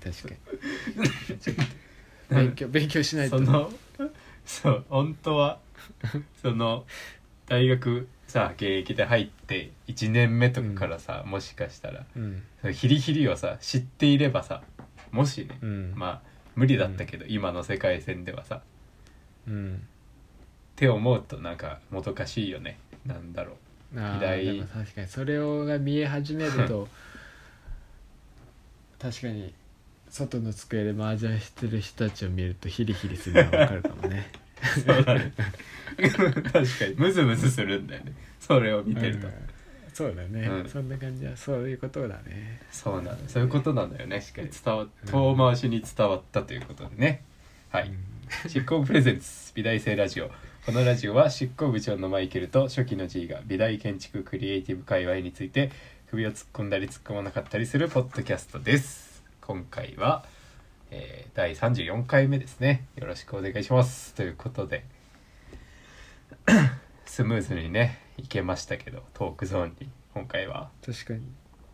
勉強しないと。 そう本当はその大学さ現役で入って1年目とかからさ、もしかしたら、ヒリヒリをさ知っていればさ、もしね、まあ無理だったけど、今の世界線ではさ、って思うとなんかもどかしいよね。なんだろう、 でも確かにそれが見え始めると確かに外の机で麻雀してる人たちを見るとヒリヒリするのが分かるかもね。 そうだね。確かにムズムズするんだよね、それを見てると。 そうだね、そんな感じはそういうことだね。 そういうことなんだよね。しっかり遠回しに伝わったということでね。はい、執行部プレゼンツ美大生ラジオ。このラジオは執行部長のマイケルと初期の G が美大建築クリエイティブ界隈について首を突っ込んだり突っ込まなかったりするポッドキャストです。今回は、第34回目ですね。よろしくお願いしますということでスムーズにねいけましたけど、トークゾーンに今回は確かに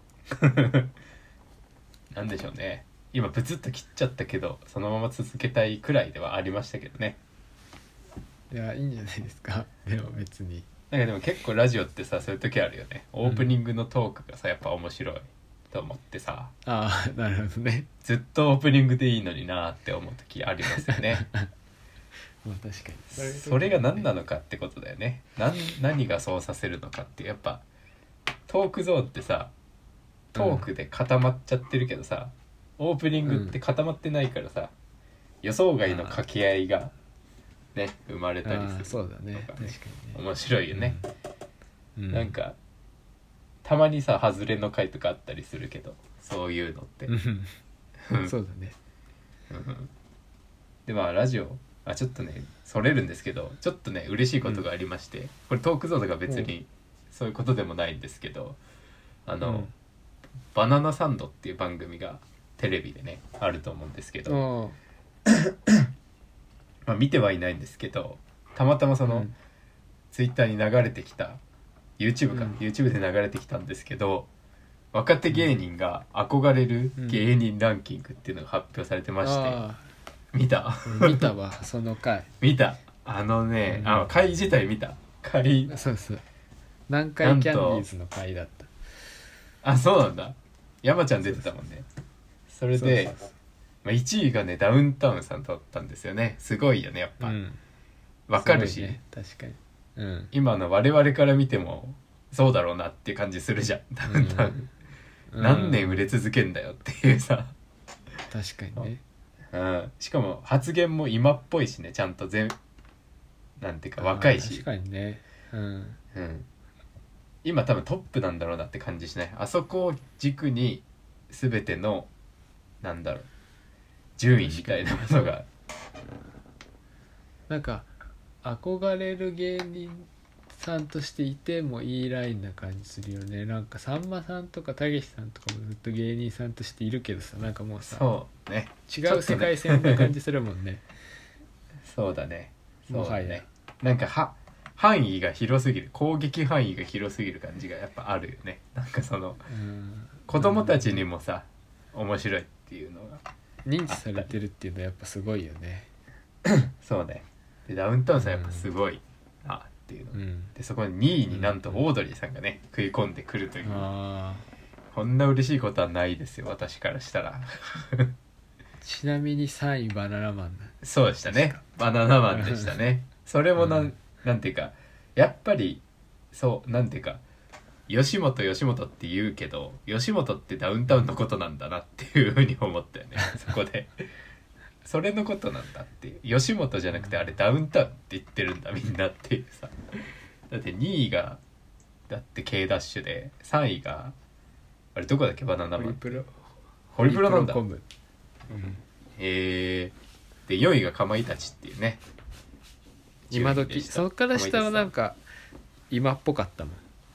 なんでしょうね、今プツッと切っちゃったけどそのまま続けたいくらいではありましたけどね。 いや、いいんじゃないですか。でも別になんかでも結構ラジオってさ、そういう時あるよね。オープニングのトークがさやっぱ面白いと思ってさ、 ああなるほどね。 ずっとオープニングでいいのになって思う時ありますよねまあ確かにそれが何なのかってことだよね。何がそうさせるのかっていう、やっぱトークゾーンってさトークで固まっちゃってるけどさ、オープニングって固まってないからさ、予想外の掛け合いがね生まれたりするのがね、 そうだね、確かにね面白いよね、なんかかたまにさ外れの回とかあったりするけど、そういうのってそうだね。 でまあラジオちょっとねそれるんですけど、ちょっとね嬉しいことがありまして、これトークゾーンとか別にそういうことでもないんですけど、バナナサンドっていう番組がテレビでねあると思うんですけど、まあ見てはいないんですけど、たまたまその、ツイッターに流れてきた YouTube で流れてきたんですけど、若手芸人が憧れる芸人ランキングっていうのが発表されてまして、見たわその回見た回自体見たそう南海キャンディーズの回だった。 そうなんだ。山ちゃん出てたもんね。それで1位がねダウンタウンさんだったんですよね。すごいよねやっぱ、わかるし、 ね、確かに、 今の我々から見てもそうだろうなっていう感じするじゃん、ダウンタウン、何年売れ続けんだよっていうさ、 確かにね、 しかも発言も今っぽいしね、ちゃんとなんていうか若いし、 確かにね、 今多分トップなんだろうなって感じしない？あそこを軸に全てのなんだろう順位みたいなものがなんか憧れる芸人さんとしていてもいいラインな感じするよね。なんかさんまさんとかたけしさんとかもずっと芸人さんとしているけどさ、なんかもうさ、 そうね、 違う世界線な感じするもんねそうだね、 もはやなんか範囲が広すぎる、攻撃範囲が広すぎる感じがやっぱあるよね。なんかその子供たちにもさ面白いっていうのが認知されてるっていうのはやっぱすごいよねそうね。でダウンタウンさんやっぱすごいなっていうの、でそこに2位になんとオードリーさんがね食い込んでくるという、こんな嬉しいことはないですよ私からしたらちなみに3位バナナマン。 そうでしたね、バナナマンでしたねそれもなんていうかやっぱりそうなんていうか吉本って言うけど、吉本ってダウンタウンのことなんだなっていうふうに思ったよねそこでそれのことなんだっていう、吉本じゃなくてあれダウンタウンって言ってるんだみんなっていうさ、だって2位がだって K ダッシュで3位があれどこだっけ、バナナマンホリプロなんだ、で4位がかまいたちっていうね、 今時そっから下はなんか今っぽかったもん。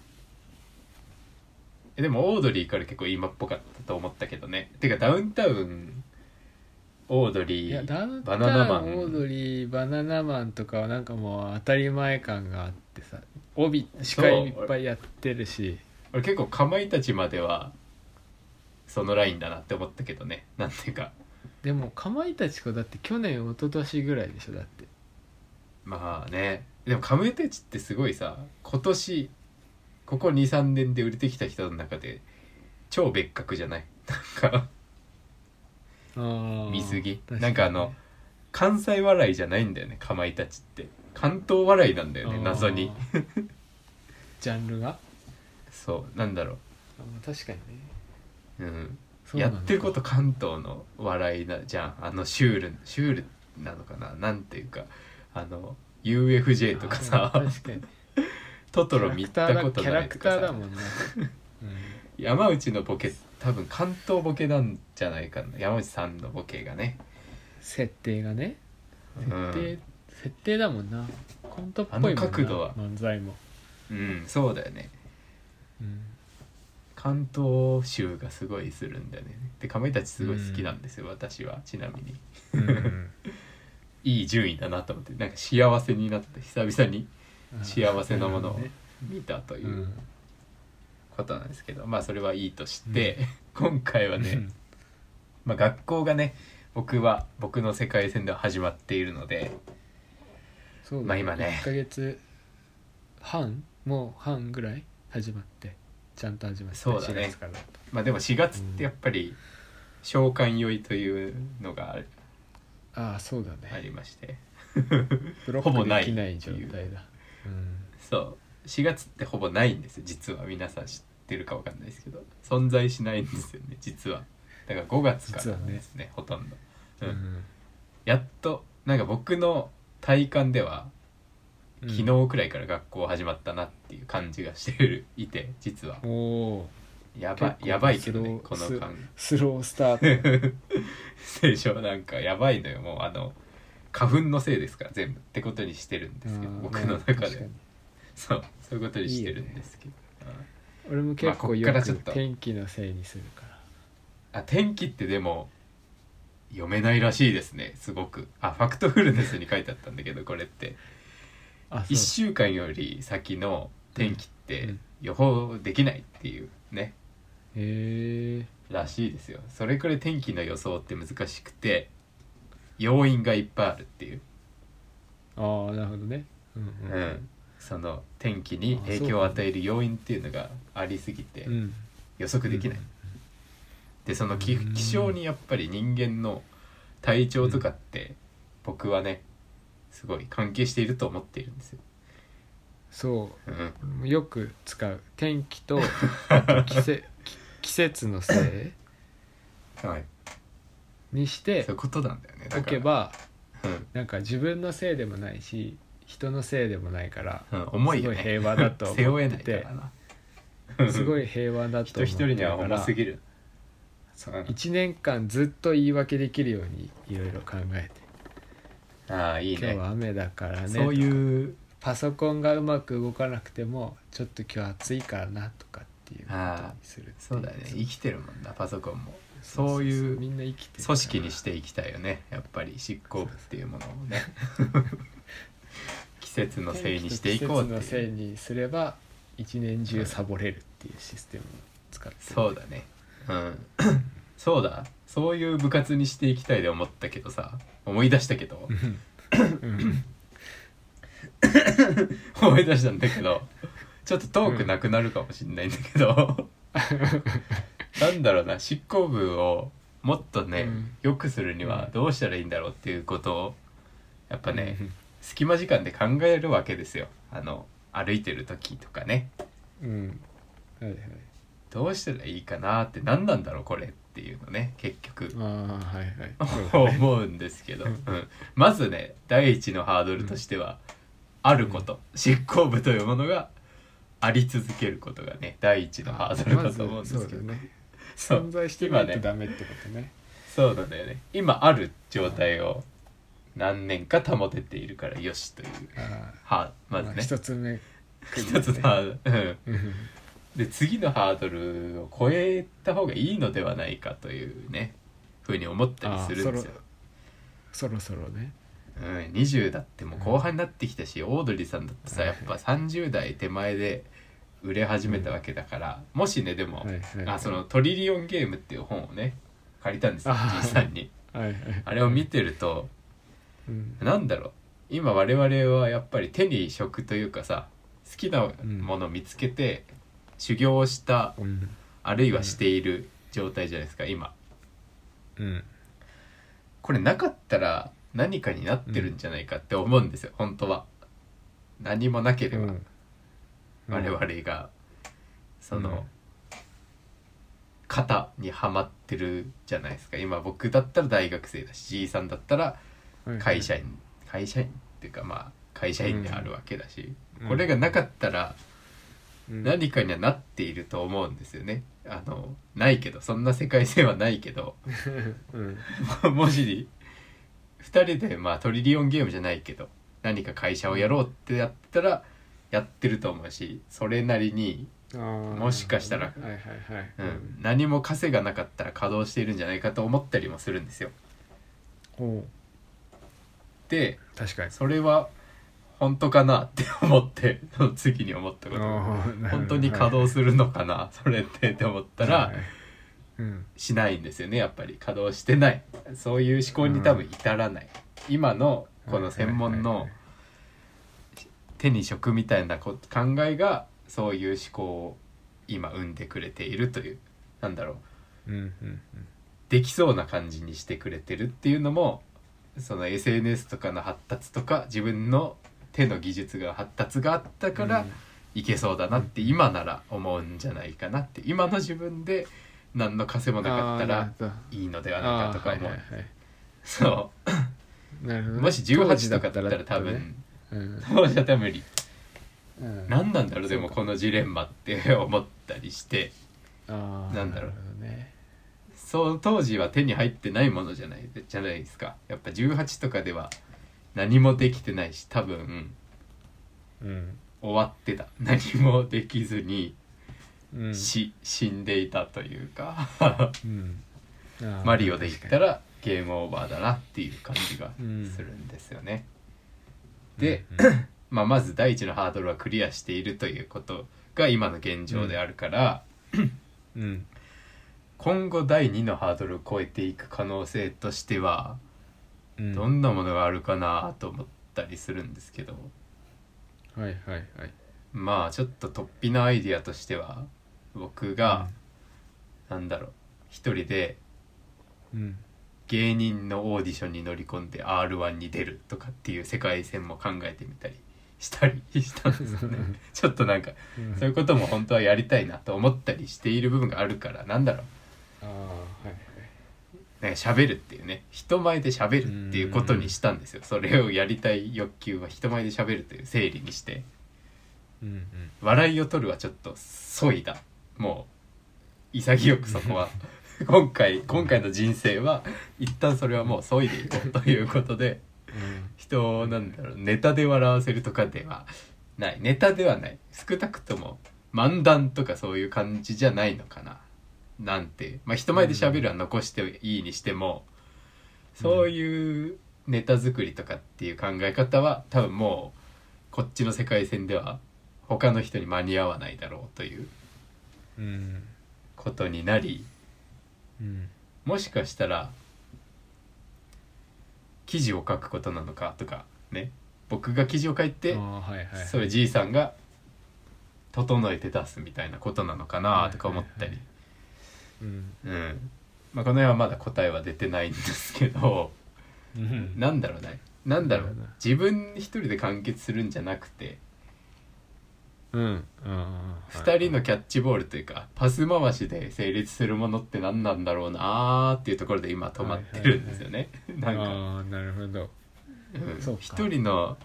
でもオードリーから結構今っぽかったと思ったけどね。てかダウンタウンオードリーバナナマン、 オードリーバナナマンとかはなんかもう当たり前感があってさ、帯司会いっぱいやってるし、 俺結構かまいたちまではそのラインだなって思ったけどね、なんていうか。 でもかまいたちだって去年一昨年ぐらいでしょ、だって。 まあね、でもかまいたちってすごいさ、今年ここ 2,3 年で売れてきた人の中で超別格じゃない？なんか水着、なんか関西笑いじゃないんだよね、かまいたちって関東笑いなんだよね、謎にジャンルがそうなんだろう、 確かにね、 やってること関東の笑いじゃん。シュールなのかな、なんていうかUFJ とかさ、 確かにトトロ見たことキャラクターだもんね、 山内のボケ多分関東ボケなんじゃないかな、山内さんのボケがね、 設定がね、設定だもんな、コントっぽいもんな、 角度は漫才も、 そうだよね、関東州がすごいするんだよね。でかまいたちすごい好きなんですよ、私はちなみにいい順位だなと思って、なんか幸せになって久々に幸せなものを見たということなんですけど、まあそれはいいとして、今回はね、学校がね僕の世界線では始まっているので、 そうだ、 まあ今ね 1ヶ月半もう半ぐらい始まって、 ちゃんと始まってそうだね 4月からだと。 まあでも4月ってやっぱり召喚酔いというのがああそうだあね。 りましてブロほぼないックできない状態だ。 そう4月ってほぼないんですよ実は。皆さん知ってるかわかんないですけど存在しないんですよね実は。だから5月からなんですねほとんど、やっとなんか僕の体感では昨日くらいから学校始まったなっていう感じがしていて実はおやばいけどねこの感スロースタート聖書なんかやばいのよ。もう花粉のせいですから全部ってことにしてるんですけど僕の中でそういうことにしてるんですけど俺も結構よく天気のせいにするから。天気ってでも読めないらしいですねすごく。ファクトフルネスに書いてあったんだけどこれって1週間より先の天気って予報できないっていうね、らしいですよ。それくらい天気の予想って難しくて要因がいっぱいあるっていう。 なるほどね。 その天気に影響を与える要因っていうのがありすぎて予測できない、でその気象にやっぱり人間の体調とかって僕はねすごい関係していると思っているんですよ。 そう、よく使う天気とあと季節のせい、にしてそういうことなんだよね。だからおけば、なんか自分のせいでもないし人のせいでもないから、 重いよね、 すごい平和だと思っててすごい平和だと思って人一人には重すぎる。 1年間ずっと言い訳できるようにいろいろ考えて、 いいね、 今日は雨だからね、 そういうパソコンがうまく動かなくてもちょっと今日暑いからなとかっていうことにする。 そうだね、生きてるもんなパソコンも。そういうみんな生きてる組織にしていきたいよねやっぱり執行部っていうものをね季節のせいにしていこうっていう。 季節のせいにすれば一年中サボれるっていうシステムを使ってる、 そうだねそうだそういう部活にしていきたいで思ったけどさ思い出したけど思い出したんだけどちょっとトークなくなるかもしれないんだけどなんだろうな、執行部をもっとね、良くするにはどうしたらいいんだろうっていうことをやっぱね、隙間時間で考えるわけですよ。歩いてる時とかね、どうしたらいいかなって、何なんだろうこれっていうのね結局思うんですけど、まずね第一のハードルとしては、あること、執行部というものがあり続けることがね第一のハードルだと思うんですけど、 存在してないとダメってことね。 そうなんだよね。今ある状態を何年か保てているからよしというまずね、 一つ目、 一つのハードル、で次のハードルを超えた方がいいのではないかというねふうに思ったりするんですよ。 そろそろね、 20だってもう後半になってきたし、オードリーさんだってさやっぱ30代手前で売れ始めたわけだから、もしねでも、そのトリリオンゲームっていう本をね借りたんですよじいさんにあれを見てると、なんだろう、今我々はやっぱり手に職というかさ、好きなものを見つけて修行をした、あるいはしている状態じゃないですか今。これなかったら何かになってるんじゃないかって思うんですよ本当は。何もなければ、我々がその、型にはまってるじゃないですか。今僕だったら大学生だし、じいさんだったら会社員っていうかまあ会社員であるわけだし、これがなかったら何かにはなっていると思うんですよね。ないけど、そんな世界線はないけどもし2人でまあトリリオンゲームじゃないけど何か会社をやろうってやったらやってると思うし、それなりにもしかしたら何も稼がなかったら稼働しているんじゃないかと思ったりもするんですよ。で確かにそれは本当かなって思って、その次に思ったこと、本当に稼働するのかなそれって思ったら、しないんですよね。やっぱり稼働してない、そういう思考に多分至らない、今のこの専門の手に職みたいな考えがそういう思考今生んでくれているという、なんだろう、 うんうんうん、 できそうな感じにしてくれてるっていうのも、その SNS とかの発達とか自分の手の技術が発達があったからいけそうだなって今なら思うんじゃないかなって、今の自分で何の稼もなかったらいいのではないかとか思う、はいはいはい、そうなるほど、ね、 もし18とかだったら多分当時だったら無理、何なんだろうでもこのジレンマって思ったりして、なんだろうね、そう当時は手に入ってないものじゃないですか。やっぱ18とかでは何もできてないし、多分、終わってた、何もできずに、死んでいたというかマリオで言ったらゲームオーバーだなっていう感じがするんですよね、で、まず第一のハードルはクリアしているということが今の現状であるから、今後第2のハードルを超えていく可能性としては、どんなものがあるかなと思ったりするんですけど、 はいはいはい、 まあちょっと突飛なアイディアとしては、僕が、なんだろう、一人で芸人のオーディションに乗り込んで R1 に出るとかっていう世界線も考えてみたりしたんですよねちょっとなんか、そういうことも本当はやりたいなと思ったりしている部分があるから、なんだろう、なんか喋るっていうね、人前で喋るっていうことにしたんですよ。それをやりたい欲求は人前で喋るという整理にして、笑いを取るはちょっとそいだ、もう潔くそこは今回の人生は一旦それはもうそいでいこうということで、人をなんだろう、ネタで笑わせるとかではない、ネタではない、少なくとも漫談とかそういう感じじゃないのかななんて、人前で喋るは残していいにしても、そういうネタ作りとかっていう考え方は多分もうこっちの世界線では他の人に間に合わないだろうということになり、もしかしたら記事を書くことなのかとかね、僕が記事を書いて、それじいさんが整えて出すみたいなことなのかなとか思ったり、この辺はまだ答えは出てないんですけど、なんだろうね、自分一人で完結するんじゃなくて、2人のキャッチボールというかパス回しで成立するものって何なんだろうなっていうところで今止まってるんですよね、なんかなるほど、 一人の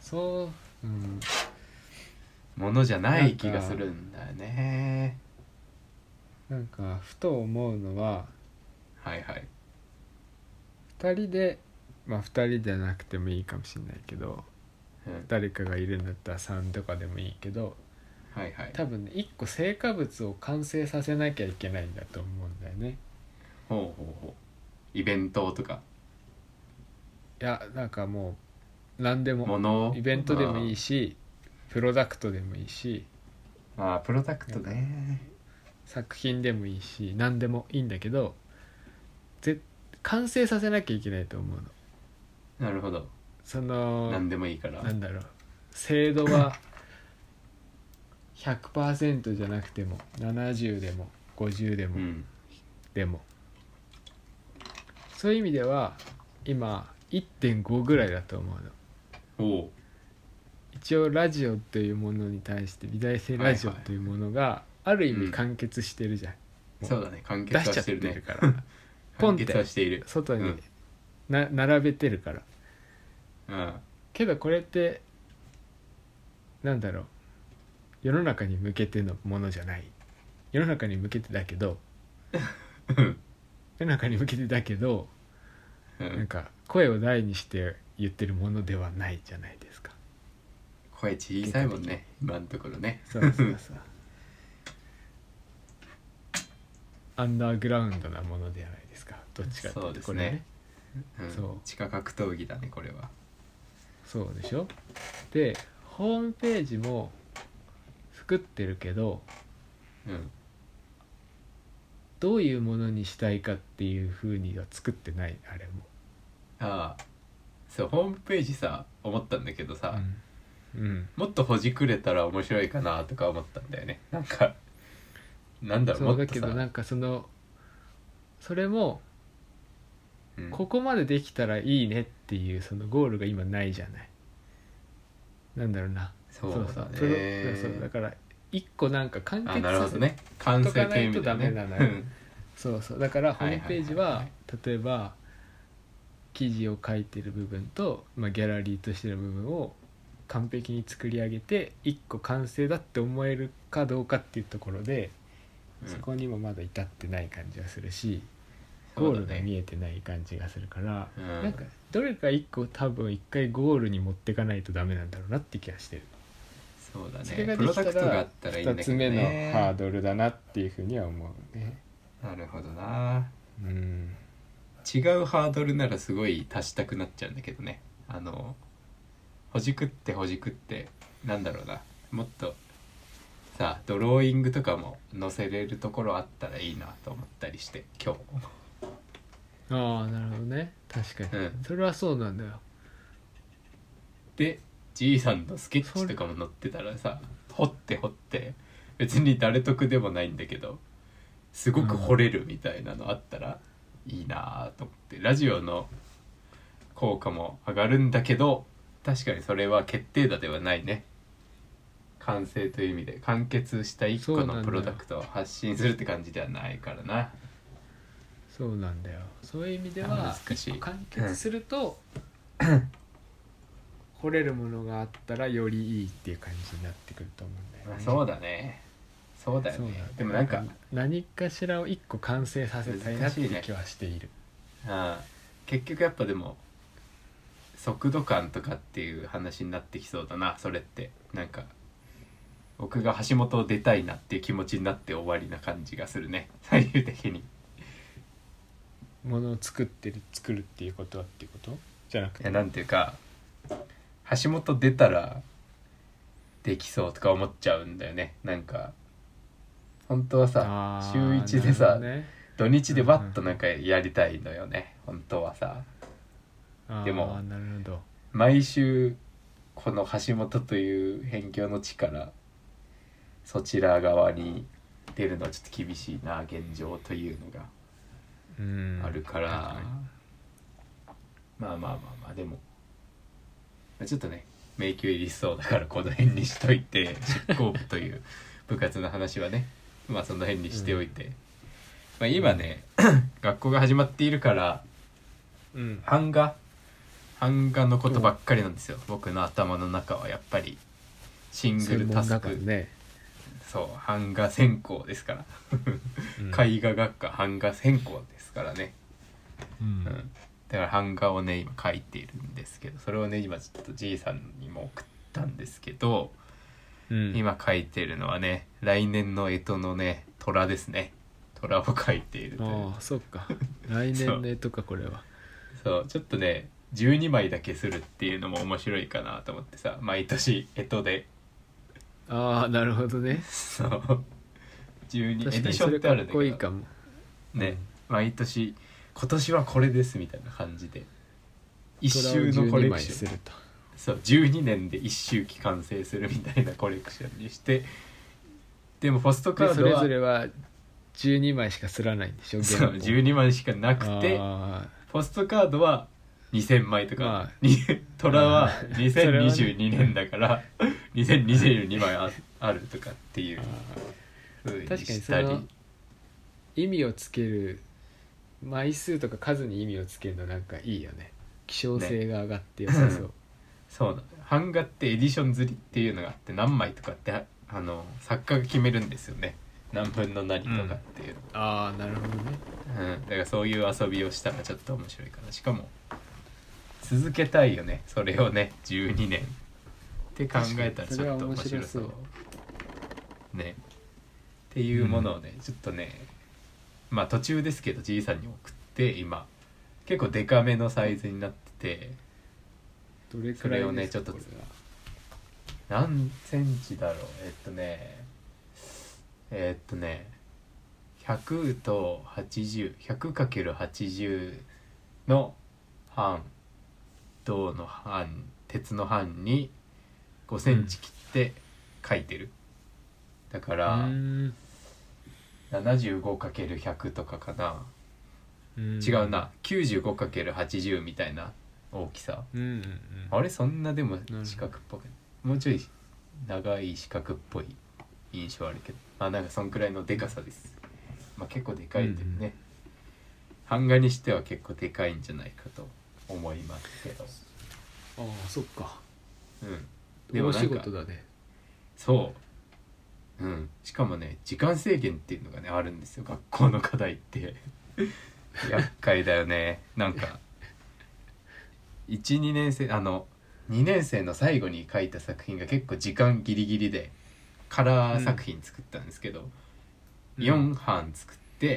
ものじゃない気がするんだよね。 なんかふと思うのは、 2 人で2人じゃなくてもいいかもしれないけど、誰かがいるんだったら3とかでもいいけど、多分ね、1個成果物を完成させなきゃいけないんだと思うんだよね。 イベントとか、 いやなんかもう何でも、イベントでもいいし、プロダクトでもいいし、 プロダクトね、 作品でもいいし、何でもいいんだけど、完成させなきゃいけないと思うの。 なるほど。何でもいいから、 なんだろう、精度は100% じゃなくても70でも50でも、でもそういう意味では今 1.5 ぐらいだと思うの。一応ラジオというものに対して、美大生ラジオというものがある意味完結してるじゃん、 そうだね、完結はしてるね、 出しちゃってるからポンって外に並べてるから、けどこれってなんだろう、世の中に向けてのものじゃない、世の中に向けてだけど世の中に向けてだけど、なんか声を大にして言ってるものではないじゃないですか。 声小さいもんね、今のところね。 そうアンダーグラウンドなものではないですか、どっちかっていうとこれね。 地下格闘技だね、これは。 そうでしょ。でホームページも作ってるけど、どういうものにしたいかっていう風には作ってない、あれも。 そう、ホームページさ、思ったんだけどさ、もっとほじくれたら面白いかなとか思ったんだよね。なんかなんだろう、 そうだけもっとさ、 どなんかそれもうん、 ここまでできたらいいねっていうそのゴールが今ないじゃない。なんだろうな。 そうだそうね。 だから一個なんか完あ、 結させなるほどね。完とか成というないとダ意味でね。 メなのよ。 うんそうだからホームページははいはいはいはい。 例えば記事を書いてる部分と、まあ、ギャラリーとしての部分を完璧に作り上げて一個完成だって思えるかどうかっていうところで、そこにもまだ至ってない感じがするし、ゴールが見えてない感じがするから、なんかどれか一個多分一回ゴールに持っていかないとダメなんだろうなって気がしてる。 そうだね。 それがプロダできたらクトがあったらいいんだ 2 けどつ目のハーね。 ドルだなっていうふうには思うね。 なるほどな。 うん、 違うハードルならすごい足したくなっちゃうんだけどね。ほじくってほじくって、なんだろうな、もっとさ、ドローイングとかも載せれるところあったらいいなと思ったりして今日。 ああなるほどね、確かに、 うんそれはそうなんだよ。 で G さんのスケッチとかも載ってたらさ、掘って掘って別に誰得でもないんだけどすごく掘れるみたいなのあったらいいなと思って、ラジオの効果も上がるんだけど、確かにそれは決定打ではないね。完成という意味で完結した一個のプロダクトを発信するって感じではないからな。 そうなんだよ。そういう意味では難しい。 完結すると、掘れるものがあったらよりいいっていう感じになってくると思うんだよね。 そうだね。そうだよね。でもなんか何かしらを一個完成させたいなっていう気はしている。 結局やっぱでも速度感とかっていう話になってきそうだな、それって。なんか僕が橋本を出たいなっていう気持ちになって終わりな感じがするね、最終的に。 ものを作るっていうことはっていうことじゃなくて、 なんていうか、橋本出たらできそうとか思っちゃうんだよね。なんか本当はさ、週1でさ、ね、土日でバッとなんかやりたいのよね、本当はさ。でもなるほど、 毎週この橋本という辺境の地からそちら側に出るのはちょっと厳しいな、現状というのがあるから、まあでもちょっとね迷宮入りしそうだからこの辺にしといて、執行部という部活の話はねまあその辺にしておいて、まあ、今ね学校が始まっているから、版画のことばっかりなんですよ、僕の頭の中は。やっぱりシングルタスク、 ね、 そう版画専攻ですから絵画学科版画専攻ですからね、だから版画をね今描いているんですけど、それをね今ちょっとじいさんにも送ったんですけど、今描いてるのはね来年の干支のね虎ですね。虎を描いているという。 ああそっか、来年の干支かこれは。 そうちょっとね12枚だけするっていうのも面白いかなと思ってさ、毎年干支で。 ああなるほどね。 そう12エデ確かにィションってあるんだけどそれかっこいいかもね、毎年今年はこれですみたいな感じで一周のコレクション、そう12年で一周期完成するみたいなコレクションにして、でもポストカードはそれぞれは12枚しか刷らないんでしょ。 そう12枚しかなくて、ポストカードは2000枚とか、虎は2022年だから2022枚あるとかっていう風にしたり。 確かにその意味をつける枚数とか数に意味をつけるのなんかいいよね。希少性が上がって良さそう、ね、 そうなの。版画ってエディション釣りっていうのがあって、何枚とかって作家が決めるんですよね、何分の何とかっていう、 ああなるほどね、 だからそういう遊びをしたらちょっと面白いかな。しかも続けたいよねそれをね、12年って考えたらちょっと面白そうねっていうものをね、ちょっとねまあ途中ですけどじいさんに送って、今結構デカめのサイズになってて、 どれくらいですか、それをねちょっと何センチだろう、100と80、100×80 の版、銅の版、鉄の版に5センチ切って書いてる、だから 75×100 とかかな、違うな 95×80 みたいな大きさ、あれそんなでも四角っぽくもうちょい長い四角っぽい印象あるけど、なんかそんくらいのでかさです。結構でかいんでね、版画にしては結構でかいんじゃないかと思いますけど。 ああそっか。 でも大仕事だね。 そう、しかもね時間制限っていうのがねあるんですよ、学校の課題って厄介だよね。なんか1、2年生2年生の最後に書いた作品が結構時間ギリギリでカラー作品作ったんですけど、4版作って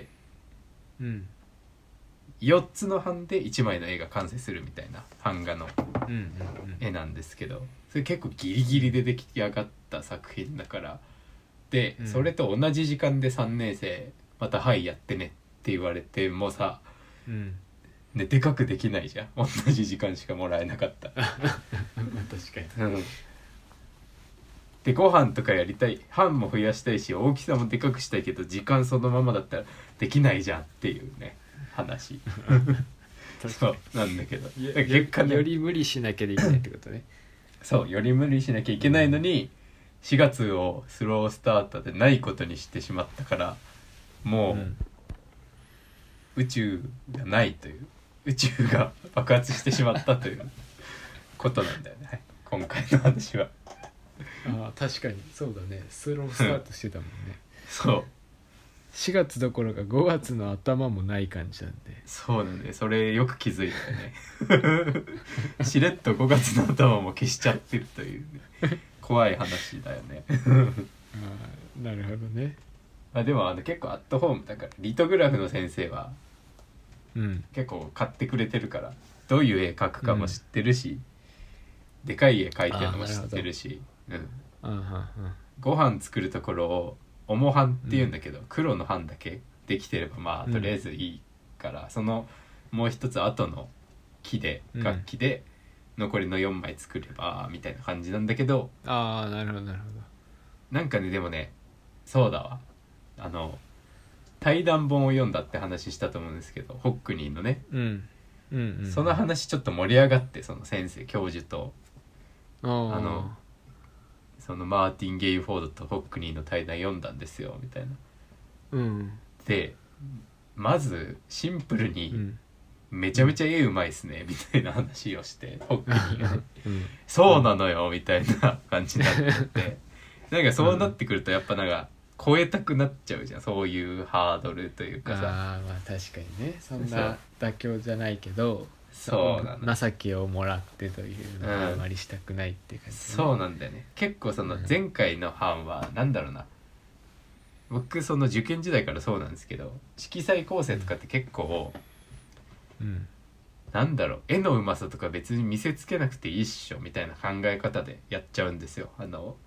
、4つの版で1枚の絵が完成するみたいな版画の絵なんですけど、それ結構ギリギリで出来上がった作品だから、でそれと同じ時間で3年生またはいやってねって言われてもさ、ででかくできないじゃん、同じ時間しかもらえなかった確かに、 でご飯とかやりたい、班も増やしたいし大きさもでかくしたいけど時間そのままだったらできないじゃんっていうね話そうなんだけど結果、ね、より無理しなきゃいけないってことね。 そうより無理しなきゃいけないのに、4月をスロースタートでないことにしてしまったから、もう、宇宙がないという、宇宙が爆発してしまったということなんだよね、今回の話は。 確かにそうだね、スロースタートしてたもんね。 そう 4月どころか5月の頭もない感じなんで。 そうなんで、それよく気づいたよねしれっと5月の頭も消しちゃってるという、ね、怖い話だよねなるほどね。 でも結構アットホームだから、リトグラフの先生は結構買ってくれてるから、どういう絵描くかも知ってるし、でかい絵描いてるのも知ってるし、ご飯作るところを重版っていうんだけど、黒の版だけできてればとりあえずいいから、そのもう一つ後の木で楽器で残りの4枚作ればみたいな感じなんだけど、 なるほどなるほど。 なんかねでもね、そうだわ、対談本を読んだって話したと思うんですけど、ホックニーのね、その話ちょっと盛り上がって、その先生教授とそのマーティン・ゲイフォードとホックニーの対談読んだんですよみたいな、でまずシンプルにめちゃめちゃ絵うまいっすねみたいな話をして、ホックニーがねそうなのよみたいな感じになっててなんかそうなってくるとやっぱなんか超えたくなっちゃうじゃん、そういうハードルというかさ。 確かにね、そんな妥協じゃないけど、 そうなの、 情けをもらってというのはあまりしたくないって感じ、 そうなんだよね。結構その前回の班はなんだろうな、僕その受験時代からそうなんですけど、色彩構成とかって結構、なんだろう、絵のうまさとか別に見せつけなくていいっしょみたいな考え方でやっちゃうんですよ。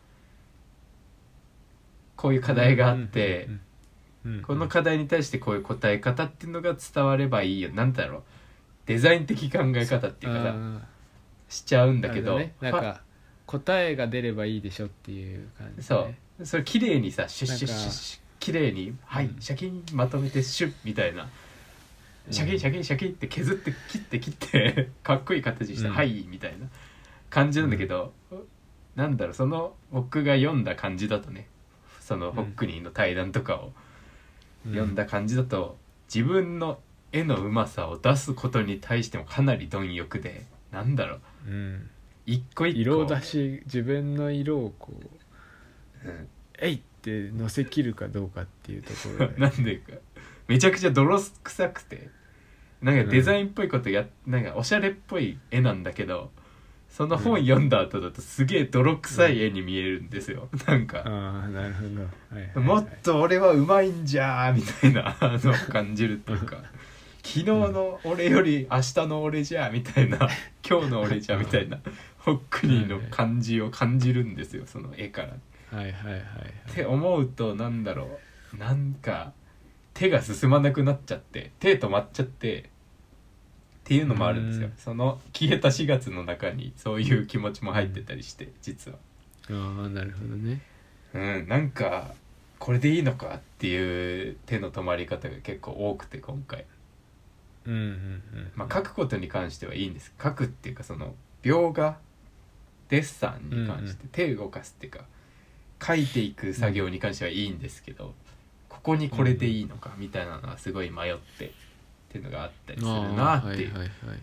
こういう課題があって、この課題に対してこういう答え方っていうのが伝わればいいよ、なんだろう、デザイン的考え方っていうかさしちゃうんだけど、 なんか答えが出ればいいでしょっていう感じ、ね、 それ綺麗にさシュッシュッシュッシュッ綺麗にシャキンまとめてシュッみたいな、シャキンシャキンシャキンって削って切ってかっこいい形して、はいみたいな感じなんだけど、なんだろう、その僕が読んだ感じだとね、そのホックニーの対談とかを読んだ感じだと、自分の絵のうまさを出すことに対してもかなり貪欲で、なんだろう、一個一個色出し、自分の色をこう、えいって乗せきるかどうかっていうところでなんでかめちゃくちゃ泥臭くて、なんかデザインっぽいことなんかおしゃれっぽい絵なんだけど、その本読んだ後だとすげえ泥臭い絵に見えるんですよ、なんかなるほど、 もっと俺はうまいんじゃーみたいなのを感じるっていうか昨日の俺より明日の俺じゃみたいな今日の俺じゃみたいなホックニーの感じを感じるんですよ、その絵から。って思うと、なんだろう、なんか手が進まなくなっちゃって、手止まっちゃってっていうのもあるんですよ。その消えた4月の中にそういう気持ちも入ってたりして、実は。 なるほどね。 なんかこれでいいのかっていう手の止まり方が結構多くて今回、 うんうんうん、 まあ書くことに関してはいいんです。書くっていうかその描画デッサンに関して手動かすっていうか、書いていく作業に関してはいいんですけど、ここにこれでいいのかみたいなのはすごい迷ってっていうのがあったりするなっていう、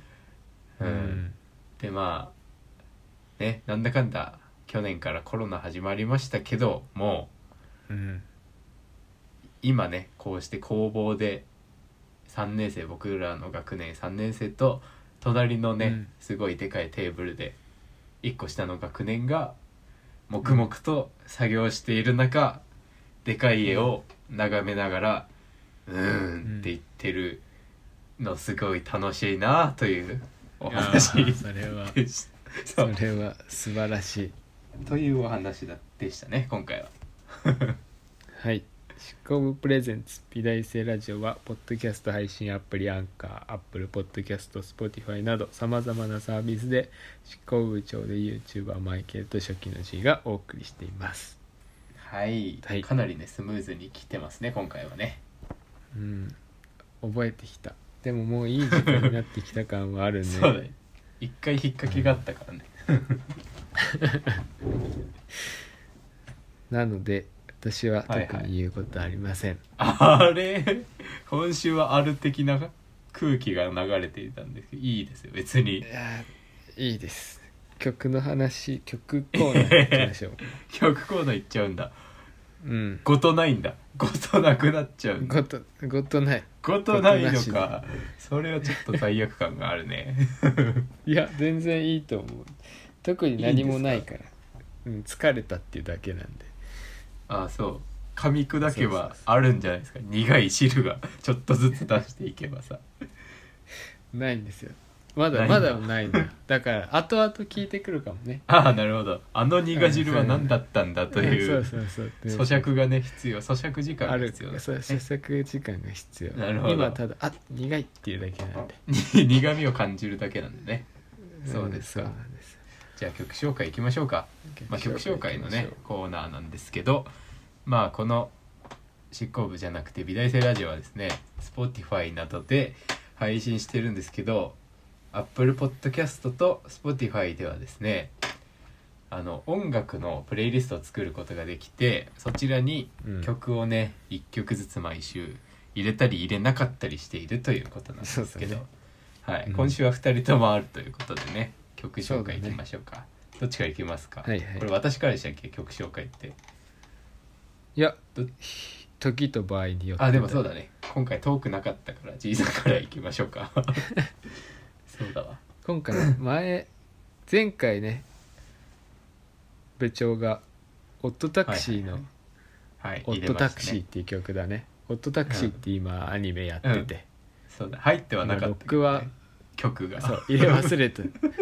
でまあね、なんだかんだ去年からコロナ始まりましたけどもう、今ねこうして工房で3年生、僕らの学年3年生と隣のね、すごいでかいテーブルで1個下の学年が黙々と作業している中、でかい絵を眺めながらって言ってるのすごい楽しいなというお話それは素晴らしいというお話でしたね今回ははい執行部プレゼンツ美大生ラジオはポッドキャスト配信アプリアンカー、アップルポッドキャスト、Spotify などさまざまなサービスで執行部長で YouTuber マイケルと初期の G がお送りしています。 はい、はい、かなりねスムーズに来てますね今回はね。 覚えてきた。でももういい時間になってきた感はあるねそうだね、一回引っ掛けがあったからね、 なので私は特に言うことありません、 あれ今週はある的な空気が流れていたんですけどいいですよ別に。 いいです。曲の話、曲コーナー行きましょう曲コーナー行っちゃうんだ。 ごとないんだ。ごとなくなっちゃうんだ。 ごとないのか。それはちょっと罪悪感があるねいや全然いいと思う。特に何もないから疲れたっていうだけなんで。 ああそう噛み砕けばあるんじゃないですか。苦い汁がちょっとずつ出していけばさないんですよ。まだないのよ。だから後々聞いてくるかもね。 ああなるほど。あの苦汁は何だったんだという咀嚼がね必要。咀嚼時間が必要だ、ね、 咀嚼時間が必要。 なるほど。 今ただ苦いっていうだけなんで苦味を感じるだけなんでね。そうですか。そうなんです。じゃあ曲紹介いきましょうか。曲紹介のねコーナーなんですけど、まあこの執行部じゃなくて美大生ラジオはですね Spotify などで配信してるんですけど、Apple Podcast と Spotify ではですね音楽のプレイリストを作ることができて、そちらに曲をね1曲ずつ毎週入れたり入れなかったりしているということなんですけど、はい、今週は2人ともあるということでね曲紹介いきましょうか。どっちからいきますか、はいはい、これ私からでしたっけ曲紹介って。 いや時と場合によって。 でもそうだね、今回トークなかったから G さんからいきましょうかそうだわ。 今回前回ね部長がオットタクシーのオットタクシーっていう曲だね。オットタクシーって今アニメやってて、 そうだ入ってはなかったけど、ね、僕は曲がそう入れ忘れた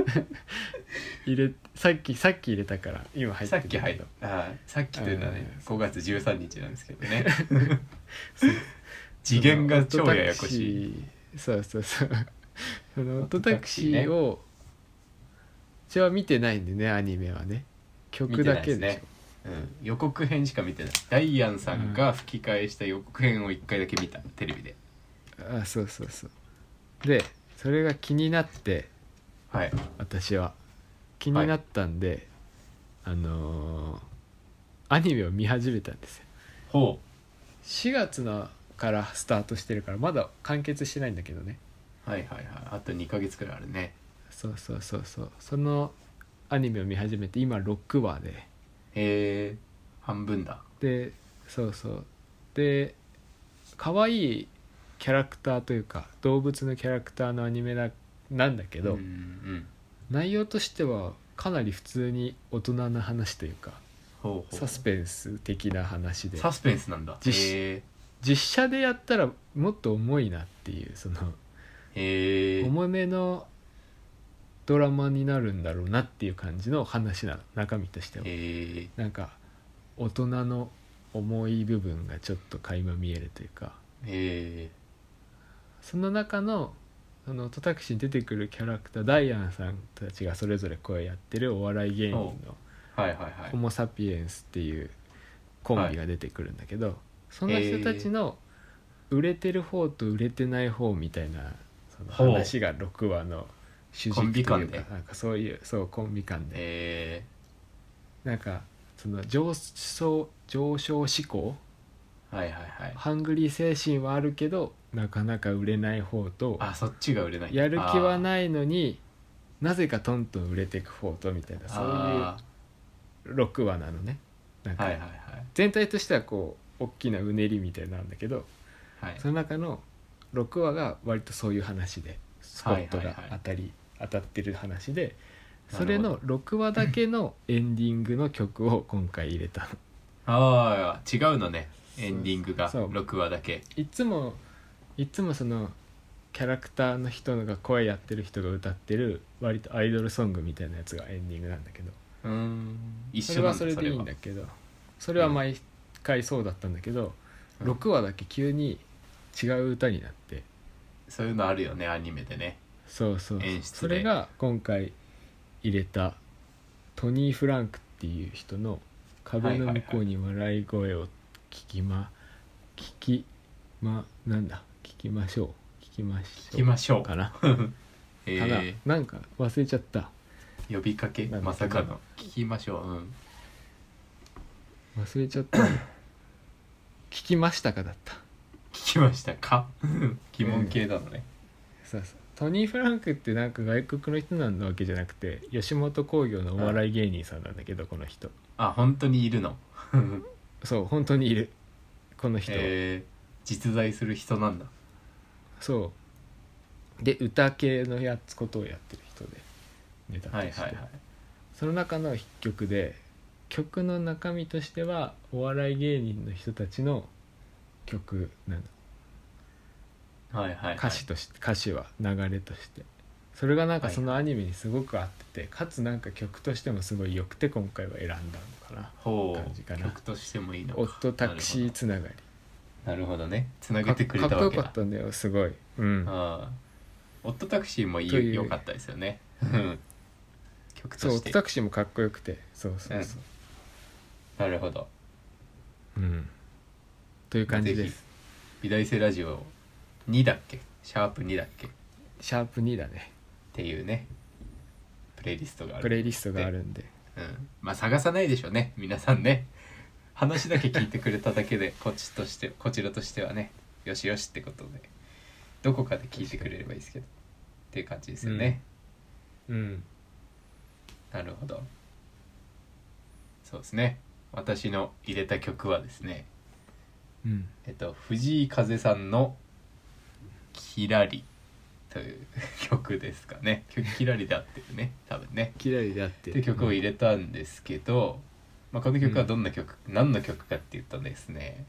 さっき入れたから今入ってるけど、 さっきというのはね5月13日なんですけどね次元が超ややこしい。 そうそのオットタクシーをうちは見てないんでね、アニメはね曲だけでしょ。 予告編しか見てない。ダイアンさんが吹き替えした予告編を1回だけ見た、テレビで。 そうでそれが気になって、 はい、 私は気になったんで、アニメを見始めたんですよ。 ほう。 4月からスタートしてるからまだ完結してないんだけどね。 あと2ヶ月くらいあるね。 そうそのアニメを見始めて今6話で、 半分だ。 でで可愛いキャラクターというか動物のキャラクターのアニメなんだけど、内容としてはかなり普通に大人な話というか、サスペンス的な話で。 サスペンスなんだ。 実写でやったらもっと重いなっていう、重めのドラマになるんだろうなっていう感じの話なの、中身としては。なんか大人の重い部分がちょっと垣間見えるというか、その中のオットタクシーに出てくるキャラクター、ダイアンさんたちがそれぞれ声やってるお笑い芸人のホモ・サピエンスっていうコンビが出てくるんだけど、その人たちの売れてる方と売れてない方みたいなその話が6話の主軸というか、なんかそういうコンビ感で、なんかその上昇志向、 はいはいはい、 ハングリー精神はあるけどなかなか売れない方と、 そっちが売れない、 やる気はないのになぜかトントン売れていく方とみたいな、そういう6話なのね。なんか全体としてはこう大きなうねりみたいなんだけど、その中の6話が割とそういう話で、スポットが当たってる話で、それの6話だけのエンディングの曲を今回入れたの。違うのね、エンディングが6話だけ。 いつもそのキャラクターの人が声やってる人が歌ってる割とアイドルソングみたいなやつがエンディングなんだけど、 一緒なんだ。 それはそれでいいんだけど、それは毎回そうだったんだけど、6話だけ急に違う歌になって、 そういうのあるよね、アニメでね。 そうそれが今回入れたトニー・フランクっていう人の壁の向こうに笑い声を聞きましょうかななんか忘れちゃった。 呼びかけ、まさかの聞きましょう、忘れちゃった聞きましたかだった。 聞きましたか疑問系なのね。 そうトニー・フランクってなんか外国の人なわけじゃなくて、吉本興業のお笑い芸人さんなんだけど、この人本当にいるのそう本当にいるこの人、 実在する人なんだ。 そうで歌系のことをやってる人で、ネタとして、その中の一曲で、曲の中身としてはお笑い芸人の人たちの曲なの、歌詞は流れとして、それがなんかそのアニメにすごく合ってて、かつなんか曲としてもすごい良くて今回は選んだのかな感じかな。 曲としてもいいのか。 オットタクシーつながり。 なるほどね、つなげてくれたわけだ。 かっこよかったんだよ、すごい。オットタクシーも良かったですよね曲として。 そう、オットタクシーもかっこよくて、そうなるほど、 という感じです。 美大生ラジオ2だっけ、シャープ2だっけ、 シャープ2だねっていうねプレイリストがあるんで、 まあ探さないでしょうね皆さんね。話だけ聞いてくれただけでこちらとしてはね、よしよしってことでどこかで聞いてくれればいいですけどっていう感じですよね。なるほど。そうですね、私の入れた曲はですね、藤井風さんのキラリという曲ですかね。キラリで合ってるね、多分ね。 キラリで合ってるって曲を入れたんですけど、この曲は何の曲かって言うとですね、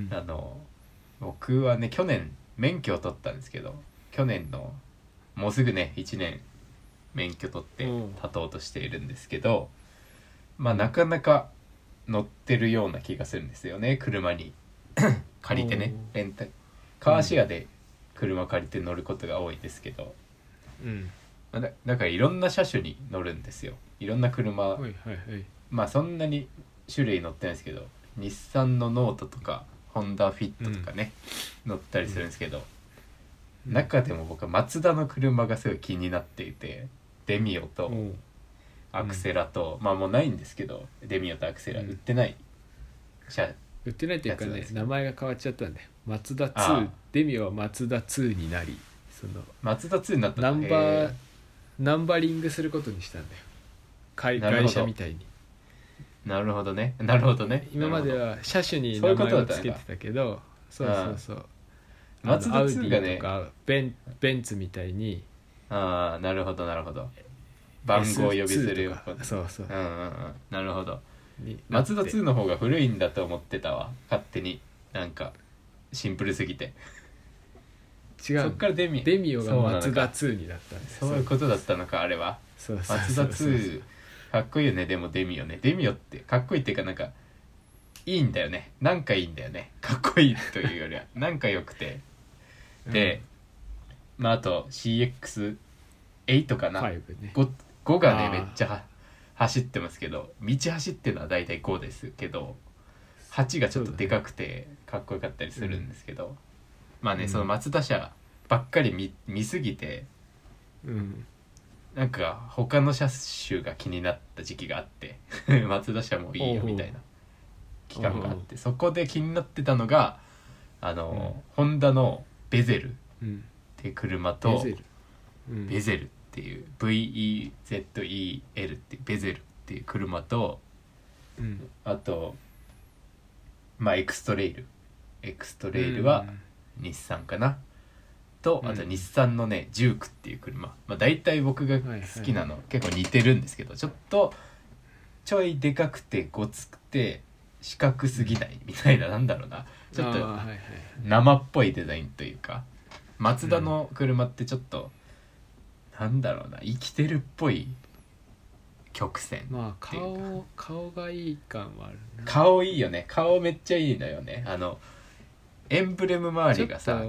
僕はね去年免許を取ったんですけど、去年のもうすぐね1年免許取って立とうとしているんですけど、なかなか乗ってるような気がするんですよね、車に借りてね、カーシェアで車借りて乗ることが多いですけど、だからいろんな車種に乗るんですよ、いろんな車。そんなに種類乗ってないですけど、日産のノートとかホンダフィットとかね、乗ったりするんですけど、中でも僕はマツダの車がすごい気になっていて、デミオとアクセラと、もうないんですけど、デミオとアクセラ売ってない売ってないっていうかね、名前が変わっちゃったんで、マツダ2、デミオはマツダ2になり、そのマツダ2になったんだ。ナンバリングすることにしたんだよ、会社みたいに。 なるほどね。 今までは車種に名前をつけてたけど、マツダ2がね、とかベンツみたいに、 なるほど番号を呼びするよ。なるほど。マツダ2の方が古いんだと思ってたわ、勝手に。なんかシンプルすぎて。 違う、 そっからデミオがマツダ2になったんです。 そういうことだったのか、あれは。マツダ2かっこいいよね。でもデミオってかっこいいっていうか、なんかいいんだよね、なんかいいんだよね、かっこいいというよりはなんか良くて、で、あと CX8 かな、5がねめっちゃ走ってますけど、道走ってるのはだいたい5ですけど、 8がちょっとでかくてかっこよかったりするんですけど、まあね、 うんそのマツダ車ばっかり見すぎて、なんか他の車種が気になった時期があってマツダ車もいいよみたいな期間があって、そこで気になってたのがホンダのベゼルっていう車と、ベゼルっていう VEZEL っていうベゼルっていう車と、あとまあエクストレイルは日産かな、とあと日産のねジュークっていう車、まあ大体僕が好きなの結構似てるんですけど、ちょっとちょいでかくてごつくて四角すぎないみたいな、なんだろうな、ちょっと生っぽいデザインというか、マツダの車ってちょっとなんだろうな、生きてるっぽい曲線、 まあ顔がいい感はあるな。 顔いいよね、顔めっちゃいいのよね。エンブレム周りがさ、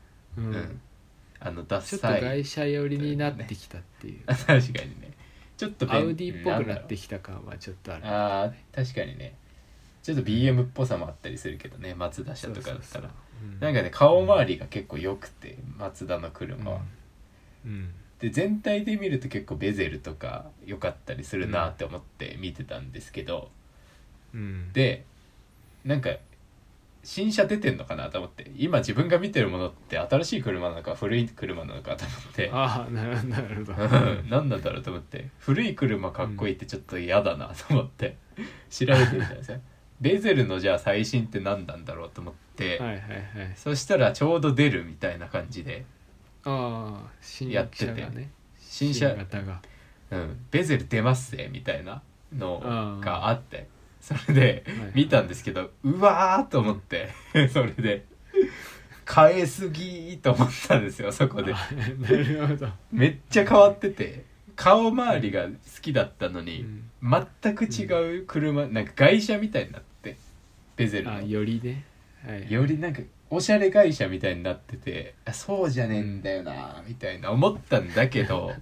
ダサいちょっと外車寄りになってきたっていう、 確かにね、ちょっとアウディっぽくなってきた感はちょっとある。 あ確かにね、ちょっと BM っぽさもあったりするけどね、マツダ車とかだったらなんかね、顔周りが結構良くて、マツダの車は、で全体で見ると結構ベゼルとか良かったりするなって思って見てたんですけど、でなんか新車出てんのかなと思って、今自分が見てるものって新しい車なのか古い車なのかと思って、 ああなるほど何なんだろうと思って、古い車かっこいいってちょっと嫌だなと思って調べてみたんですよベゼルのじゃあ最新って何なんだろうと思って、そしたらちょうど出るみたいな感じでやってて、新車型が、 ベゼル出ますぜみたいなのがあって、それで見たんですけど、うわーと思ってそれで変えすぎと思ったんですよ、そこで。 なるほど。 めっちゃ変わってて、顔周りが好きだったのに、全く違う車、なんか外車みたいになって、ベゼルのよりね、 よりなんかおしゃれ会社みたいになってて、そうじゃねえんだよなみたいな思ったんだけど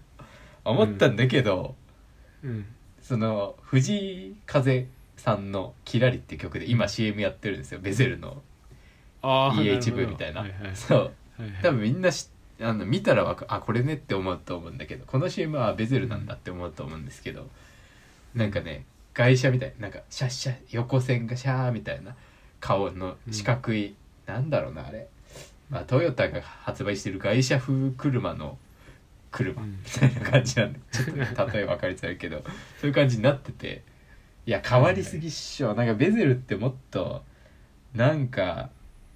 その藤井風さんの「キラリ」っていう曲で今 CM やってるんですよ、ベゼルの EHV みたいな。そう多分みんな見たらこれねって思うと思うんだけど、この CM はベゼルなんだって思うと思うんですけど、なんかね外車みたいな、なんかシャッシャ横線がシャーみたいな顔の四角い、なんだろうなあれ、まあ、トヨタが発売してる外車風車の車みたいな感じなんで、ちょっとね例え分かりづらいけどそういう感じになってて、いや変わりすぎっしょ、なんかベゼルってもっとなんか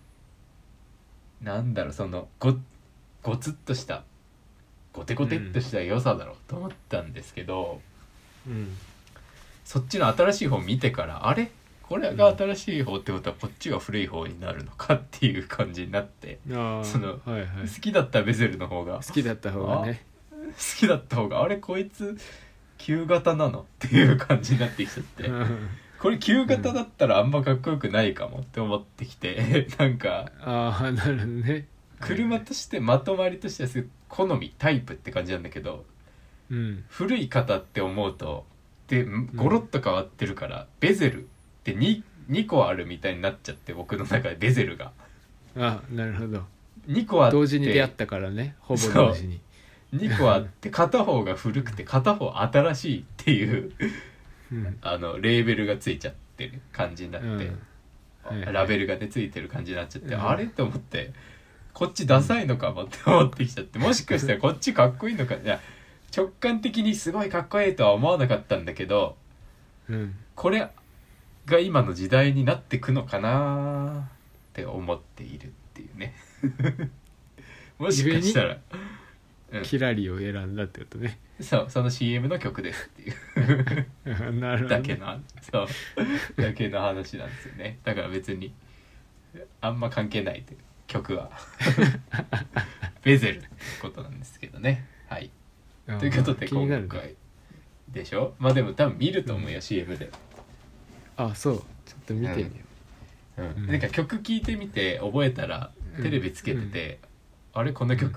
なんだろう、そのごつっとしたゴテゴテっとした良さだろうと思ったんですけど、そっちの新しい方見てから、あれこれが新しい方ってことはこっちが古い方になるのかっていう感じになって、その、好きだったベゼルの方が好きだった方がね、 好きだった方があれこいつ旧型なのっていう感じになってきちゃってこれ旧型だったらあんまかっこよくないかもって思ってきてなんかなるほどね、 車としてまとまりとしては好みタイプって感じなんだけど、古い型って思うとでゴロッと変わってるから、ベゼルって2個あるみたいになっちゃって、僕の中でベゼルがなるほど、 2個あって同時に出会ったからね、ほぼ同時に 2個あって片方が古くて片方新しいっていうレーベルがついちゃってる感じになって、ラベルがねついてる感じになっちゃって、あれって思って、こっちダサいのかもって思ってきちゃって、もしかしたらこっちかっこいいのか、いや直感的にすごいかっこいいとは思わなかったんだけど、これが今の時代になってくのかなって思っているっていうねもしかしたらキラリを選んだってことね。 その CM の曲ですっていうなるほど、ね、 だけの話なんですよね。だから別にあんま関係ないという曲はベゼルってことなんですけどね。はい、ということで今回でしょ、まあでも多分見ると思うよ、CM で。 そうちょっと見てみよう、なんか曲聴いてみて覚えたらテレビつけてて、あれこの曲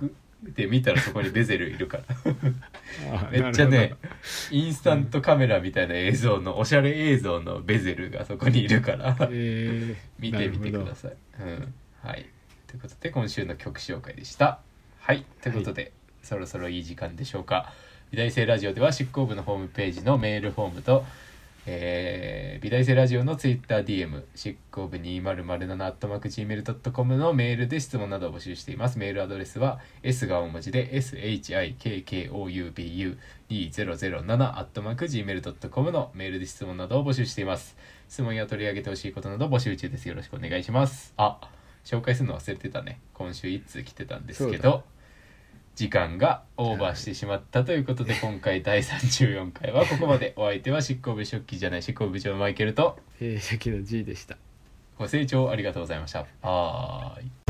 で見たらそこにベゼルいるからめっちゃねインスタントカメラみたいな映像の、おしゃれ映像のベゼルがそこにいるから見てみてください、はい。ということで今週の曲紹介でした。はい、ということで、そろそろいい時間でしょうか。美大生ラジオでは執行部のホームページのメールフォームと、美大生ラジオのツイッター DM 執行部 2007@gmail.com のメールで質問などを募集しています。メールアドレスは S が大文字で shikkoub2007@gmail.com のメールで質問などを募集しています。質問や取り上げてほしいことなど募集中です。よろしくお願いします。紹介するの忘れてたね。今週1通来てたんですけど時間がオーバーしてしまったということで今回第34回はここまで。お相手は執行部執行部長マイケルと関の G でした。 ご清聴ありがとうございました。